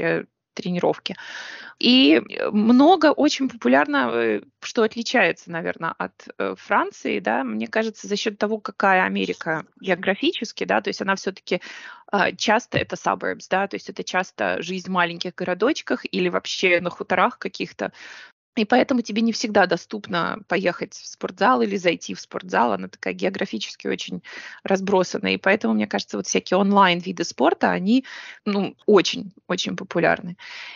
тренировки. И много очень популярно, что отличается, наверное, от Франции, да, мне кажется, за счет того, какая Америка географически, да, то есть она все-таки часто это suburbs, да, то есть это часто жизнь в маленьких городочках или вообще на хуторах каких-то. И поэтому тебе не всегда доступно поехать в спортзал или зайти в спортзал. Она такая географически очень разбросанная. И поэтому, мне кажется, вот всякие онлайн-виды спорта, они ну, очень-очень популярны.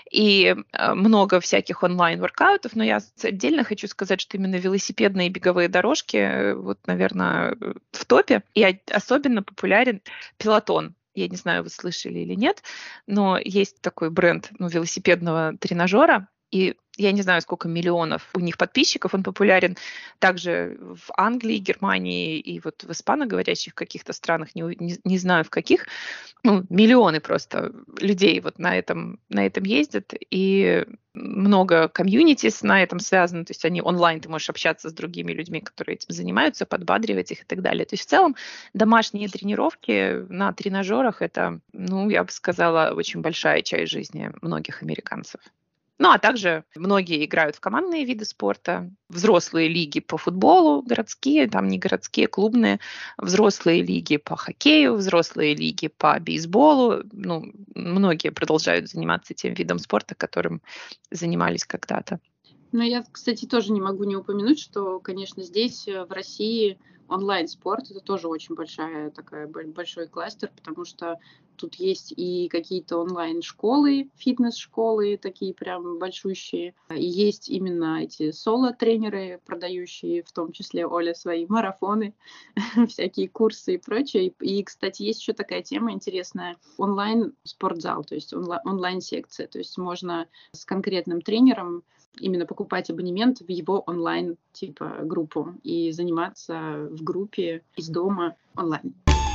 И э, много всяких онлайн-воркаутов, но я отдельно хочу сказать, что именно велосипедные и беговые дорожки, э, вот, наверное, в топе. И особенно популярен пелотон. Я не знаю, вы слышали или нет, но есть такой бренд ну, велосипедного тренажера, и я не знаю, сколько миллионов у них подписчиков, он популярен также в Англии, Германии и вот в испаноговорящих каких-то странах, не, не, не знаю в каких, ну, миллионы просто людей вот на этом, на этом ездят, и много комьюнитис на этом связано, то есть они онлайн, ты можешь общаться с другими людьми, которые этим занимаются, подбадривать их и так далее. То есть в целом домашние тренировки на тренажерах — это, ну, я бы сказала, очень большая часть жизни многих американцев. Ну, а также многие играют в командные виды спорта, взрослые лиги по футболу, городские, там не городские, клубные, взрослые лиги по хоккею, взрослые лиги по бейсболу. Ну, многие продолжают заниматься тем видом спорта, которым занимались когда-то. Ну, я, кстати, тоже не могу не упомянуть, что, конечно, здесь, в России, онлайн-спорт — это тоже очень большая такая, большой кластер, потому что тут есть и какие-то онлайн-школы, фитнес-школы, такие прям большущие. И есть именно эти соло-тренеры, продающие, в том числе, Оля, свои марафоны, всякие курсы и прочее. И, кстати, есть еще такая тема интересная. Онлайн-спортзал, то есть онлайн-секция. То есть можно с конкретным тренером именно покупать абонемент в его онлайн типа группу и заниматься в группе из дома онлайн.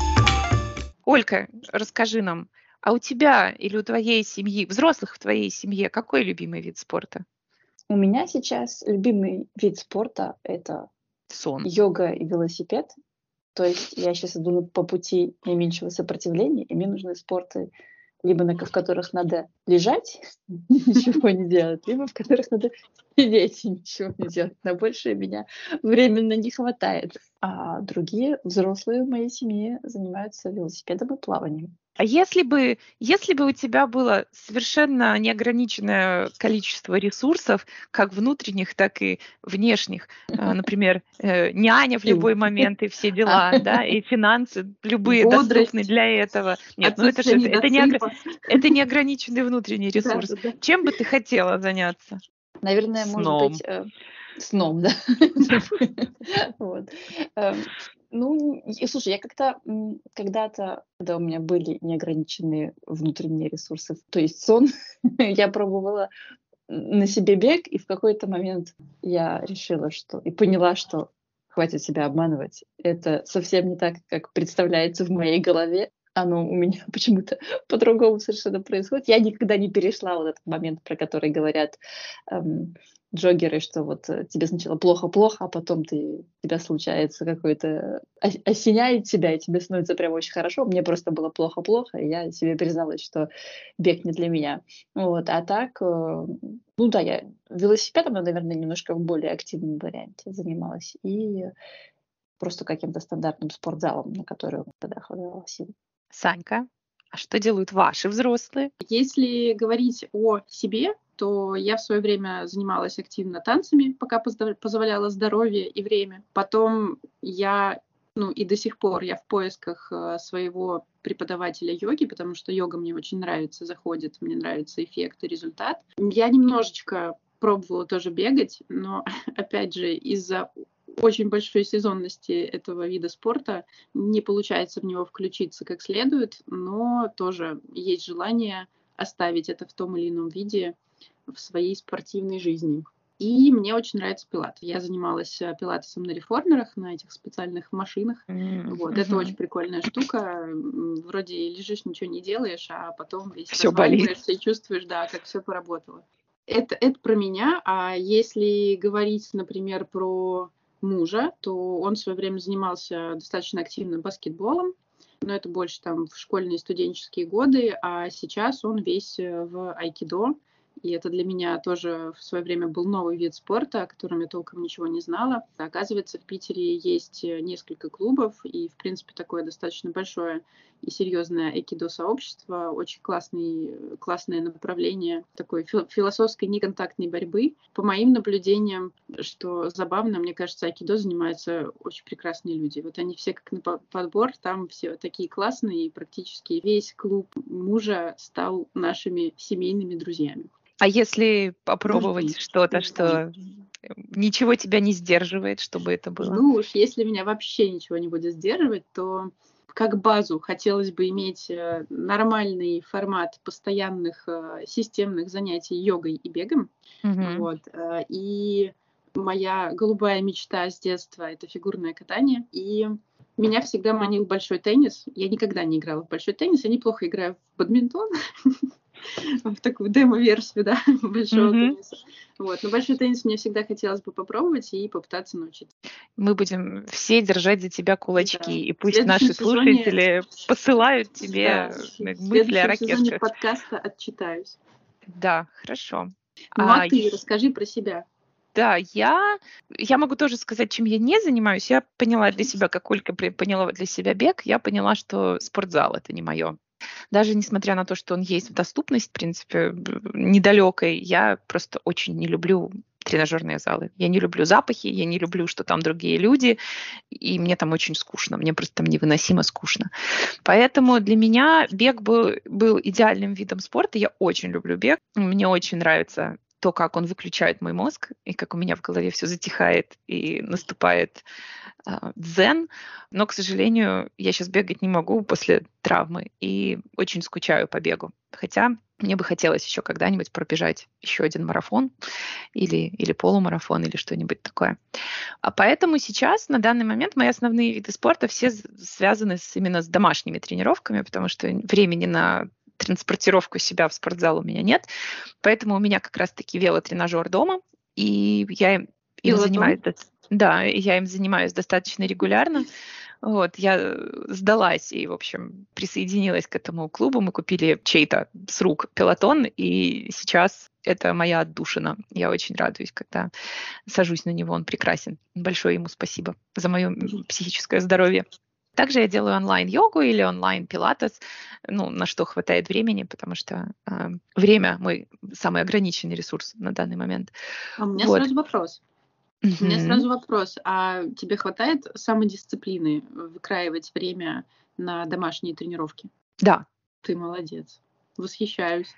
Ольга, расскажи нам, а у тебя или у твоей семьи, взрослых в твоей семье, какой любимый вид спорта? У меня сейчас любимый вид спорта — это сон, йога и велосипед. То есть я сейчас иду по пути наименьшего сопротивления, и мне нужны спорты, либо на, в которых надо лежать, ничего не делать, либо в которых надо сидеть и ничего не делать. На большее меня временно не хватает. А другие взрослые в моей семье занимаются велосипедом и плаванием. А если бы, если бы у тебя было совершенно неограниченное количество ресурсов, как внутренних, так и внешних, например, няня в любой момент и все дела, да, и финансы любые доступны для этого. Нет, ну это же это не, это неограниченный внутренний ресурс. Чем бы ты хотела заняться? Наверное, может быть, сном, да. Вот. Ну, слушай, я как-то когда-то, когда у меня были неограниченные внутренние ресурсы, то есть сон, я пробовала на себе бег, и в какой-то момент я решила, что и поняла, что хватит себя обманывать. Это совсем не так, как представляется в моей голове. Оно у меня почему-то по-другому совершенно происходит. Я никогда не перешла вот этот момент, про который говорят эм, джогеры, что вот тебе сначала плохо-плохо, а потом ты, у тебя случается какой-то... осеняет тебя, и тебе становится прям очень хорошо. Мне просто было плохо-плохо, и я себе призналась, что бег не для меня. Вот. А так, э, ну да, я велосипедом, наверное, немножко в более активном варианте занималась. И просто каким-то стандартным спортзалом, на который тогда хватало сил. Санька, а что делают ваши взрослые? Если говорить о себе, то я в свое время занималась активно танцами, пока позволяло здоровье и время. Потом я, ну и до сих пор я в поисках своего преподавателя йоги, потому что йога мне очень нравится, заходит, мне нравится эффект и результат. Я немножечко пробовала тоже бегать, но опять же из-за очень большой сезонности этого вида спорта не получается в него включиться как следует, но тоже есть желание оставить это в том или ином виде в своей спортивной жизни. И мне очень нравится пилат. Я занималась пилатесом на реформерах, на этих специальных машинах. Mm-hmm. Вот, это очень прикольная штука. Вроде лежишь, ничего не делаешь, а потом весь разваливаешься и чувствуешь, да, как все поработало. Это, это про меня. А если говорить, например, про мужа, то он в свое время занимался достаточно активно баскетболом. но это больше там в школьные студенческие годы, а сейчас он весь в айкидо. И это для меня тоже в свое время был новый вид спорта, о котором я толком ничего не знала. Оказывается, в Питере есть несколько клубов, и, в принципе, такое достаточно большое и серьезное айкидо-сообщество. Очень классный, классное направление такой философской неконтактной борьбы. По моим наблюдениям, что забавно, мне кажется, айкидо занимаются очень прекрасные люди. Вот они все как на подбор, там все такие классные, и практически весь клуб мужа стал нашими семейными друзьями. А если попробовать что-то, что ничего тебя не сдерживает, чтобы это было? Ну уж, если меня вообще ничего не будет сдерживать, то как базу хотелось бы иметь нормальный формат постоянных системных занятий йогой и бегом. Мгм. Вот. И моя голубая мечта с детства — это фигурное катание. И меня всегда манил большой теннис. Я никогда не играла в большой теннис, я неплохо играю в бадминтон. В такую демо-версию, да, большого Мгм. тенниса. Вот. Но большой теннис мне всегда хотелось бы попробовать и попытаться научиться. Мы будем все держать за тебя Да. кулачки, и В пусть следующем наши сезоне, слушатели посылают да, тебе в мысли о следующем сезоне ракетках. подкаста отчитаюсь. Да, хорошо. Ну А, а ты расскажи про себя. Да, я, я могу тоже сказать, чем я не занимаюсь. Я поняла для себя, как Ольга при- поняла для себя бег, я поняла, что спортзал — это не мое. Даже несмотря на то, что он есть в доступность, в принципе, б- недалекой, я просто очень не люблю тренажерные залы. Я не люблю запахи, я не люблю, что там другие люди, и мне там очень скучно, мне просто там невыносимо скучно. Поэтому для меня бег был, был идеальным видом спорта. Я очень люблю бег. Мне очень нравится то, как он выключает мой мозг, и как у меня в голове все затихает и наступает а, дзен. Но, к сожалению, я сейчас бегать не могу после травмы и очень скучаю по бегу. Хотя мне бы хотелось еще когда-нибудь пробежать еще один марафон или, или полумарафон или что-нибудь такое. А поэтому сейчас, на данный момент, мои основные виды спорта все з- связаны с, именно с домашними тренировками, потому что времени на транспортировку себя в спортзал у меня нет. Поэтому у меня как раз-таки велотренажер дома, и я им, им занимаюсь, Пилотон? дос- да, я им занимаюсь достаточно регулярно. Вот, я э, сдалась и, в общем, присоединилась к этому клубу. Мы купили чей-то с рук пилотон, и сейчас это моя отдушина. Я очень радуюсь, когда сажусь на него, он прекрасен. Большое ему спасибо за мое м, психическое здоровье. Также я делаю онлайн-йогу или онлайн-пилатес, ну, на что хватает времени, потому что э, время мой самый ограниченный ресурс на данный момент. А у меня Вот. сразу вопрос. У меня Мгм. сразу вопрос. А тебе хватает самодисциплины выкраивать время на домашние тренировки? Да. Ты молодец. Восхищаюсь.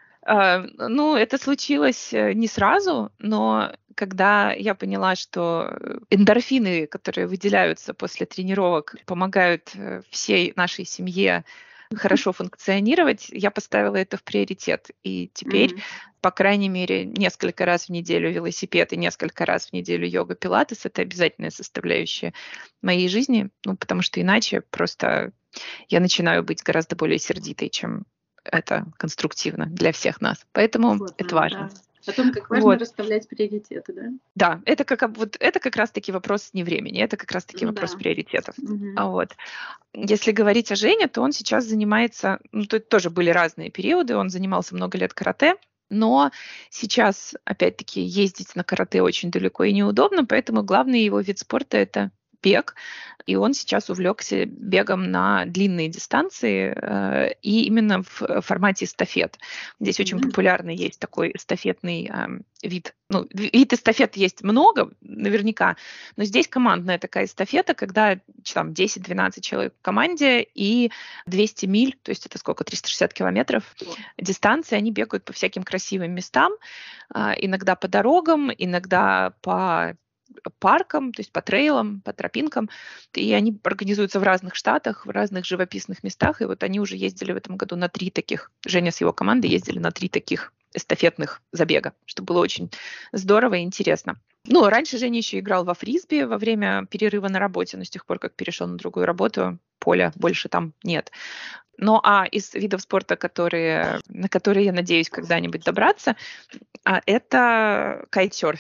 А, Ну, это случилось э, не сразу, но когда я поняла, что э, эндорфины, которые выделяются после тренировок, помогают э, всей нашей семье хорошо функционировать, я поставила это в приоритет. И теперь, Мгм. по крайней мере, несколько раз в неделю велосипед и несколько раз в неделю йога, пилатес — это обязательная составляющая моей жизни, ну, потому что иначе просто я начинаю быть гораздо более сердитой, чем это конструктивно для всех нас. Поэтому Вот, это ну важно. да. О том, как важно Вот. расставлять приоритеты, да? Да, это как, об- вот, это как раз-таки вопрос не времени, это как раз-таки вопрос Да. приоритетов. Мгм. А вот. Если говорить о Жене, то он сейчас занимается, ну, тут тоже были разные периоды, он занимался много лет карате, но сейчас, опять-таки, ездить на карате очень далеко и неудобно, поэтому главный его вид спорта — это бег, и он сейчас увлекся бегом на длинные дистанции, э, и именно в формате эстафет. Здесь очень Мгм. популярный есть такой эстафетный эм, вид. Ну, ви- вид эстафет есть много, наверняка, но здесь командная такая эстафета, когда ч- там десять-двенадцать человек в команде и двести миль, то есть это сколько, триста шестьдесят километров О. дистанции, они бегают по всяким красивым местам, а, иногда по дорогам, иногда по паркам, то есть по трейлам, по тропинкам, и они организуются в разных штатах, в разных живописных местах, и вот они уже ездили в этом году на три таких, Женя с его командой ездили на три таких эстафетных забега, что было очень здорово и интересно. Ну, раньше Женя еще играл во фрисби во время перерыва на работе, но с тех пор, как перешел на другую работу, поля больше там нет. Ну, а из видов спорта, которые, на которые я надеюсь когда-нибудь добраться, а, это кайтсерфинг.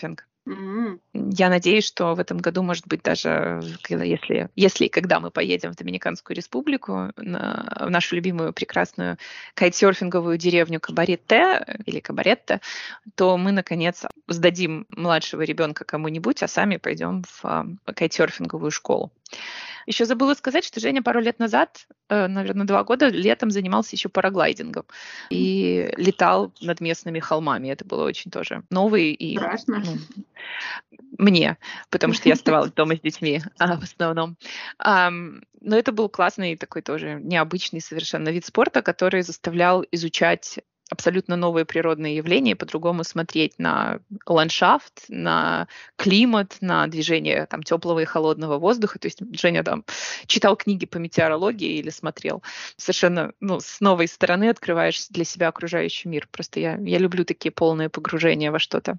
М. Я надеюсь, что в этом году, может быть, даже когда- если, если и когда мы поедем в Доминиканскую республику, на- в нашу любимую прекрасную кайтсерфинговую деревню Кабаретте или Кабаретте, то мы, наконец, сдадим младшего ребенка кому-нибудь, а сами пойдем в а, кайтсерфинговую школу. Еще забыла сказать, что Женя пару лет назад, э, наверное, два года, летом занимался еще параглайдингом и летал над местными холмами. Это было очень тоже новый и Страшно. ну, мне, потому что я оставалась дома с детьми а, в основном. Ам, но это был классный такой тоже необычный совершенно вид спорта, который заставлял изучать абсолютно новые природные явления, по-другому смотреть на ландшафт, на климат, на движение там теплого и холодного воздуха. То есть Женя там читал книги по метеорологии или смотрел. Совершенно ну, с новой стороны открываешь для себя окружающий мир. Просто я, я люблю такие полные погружения во что-то.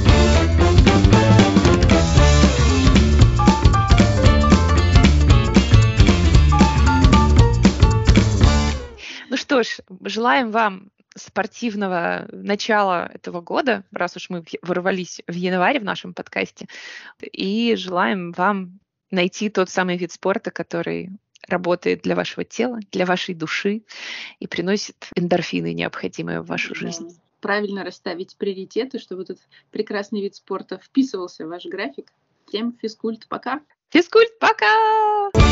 Ну что ж, желаем вам спортивного начала этого года, раз уж мы ворвались в январь в нашем подкасте, и желаем вам найти тот самый вид спорта, который работает для вашего тела, для вашей души и приносит эндорфины, необходимые в вашу Да. жизнь. Правильно расставить приоритеты, чтобы этот прекрасный вид спорта вписывался в ваш график. Всем физкульт, пока! Физкульт, пока!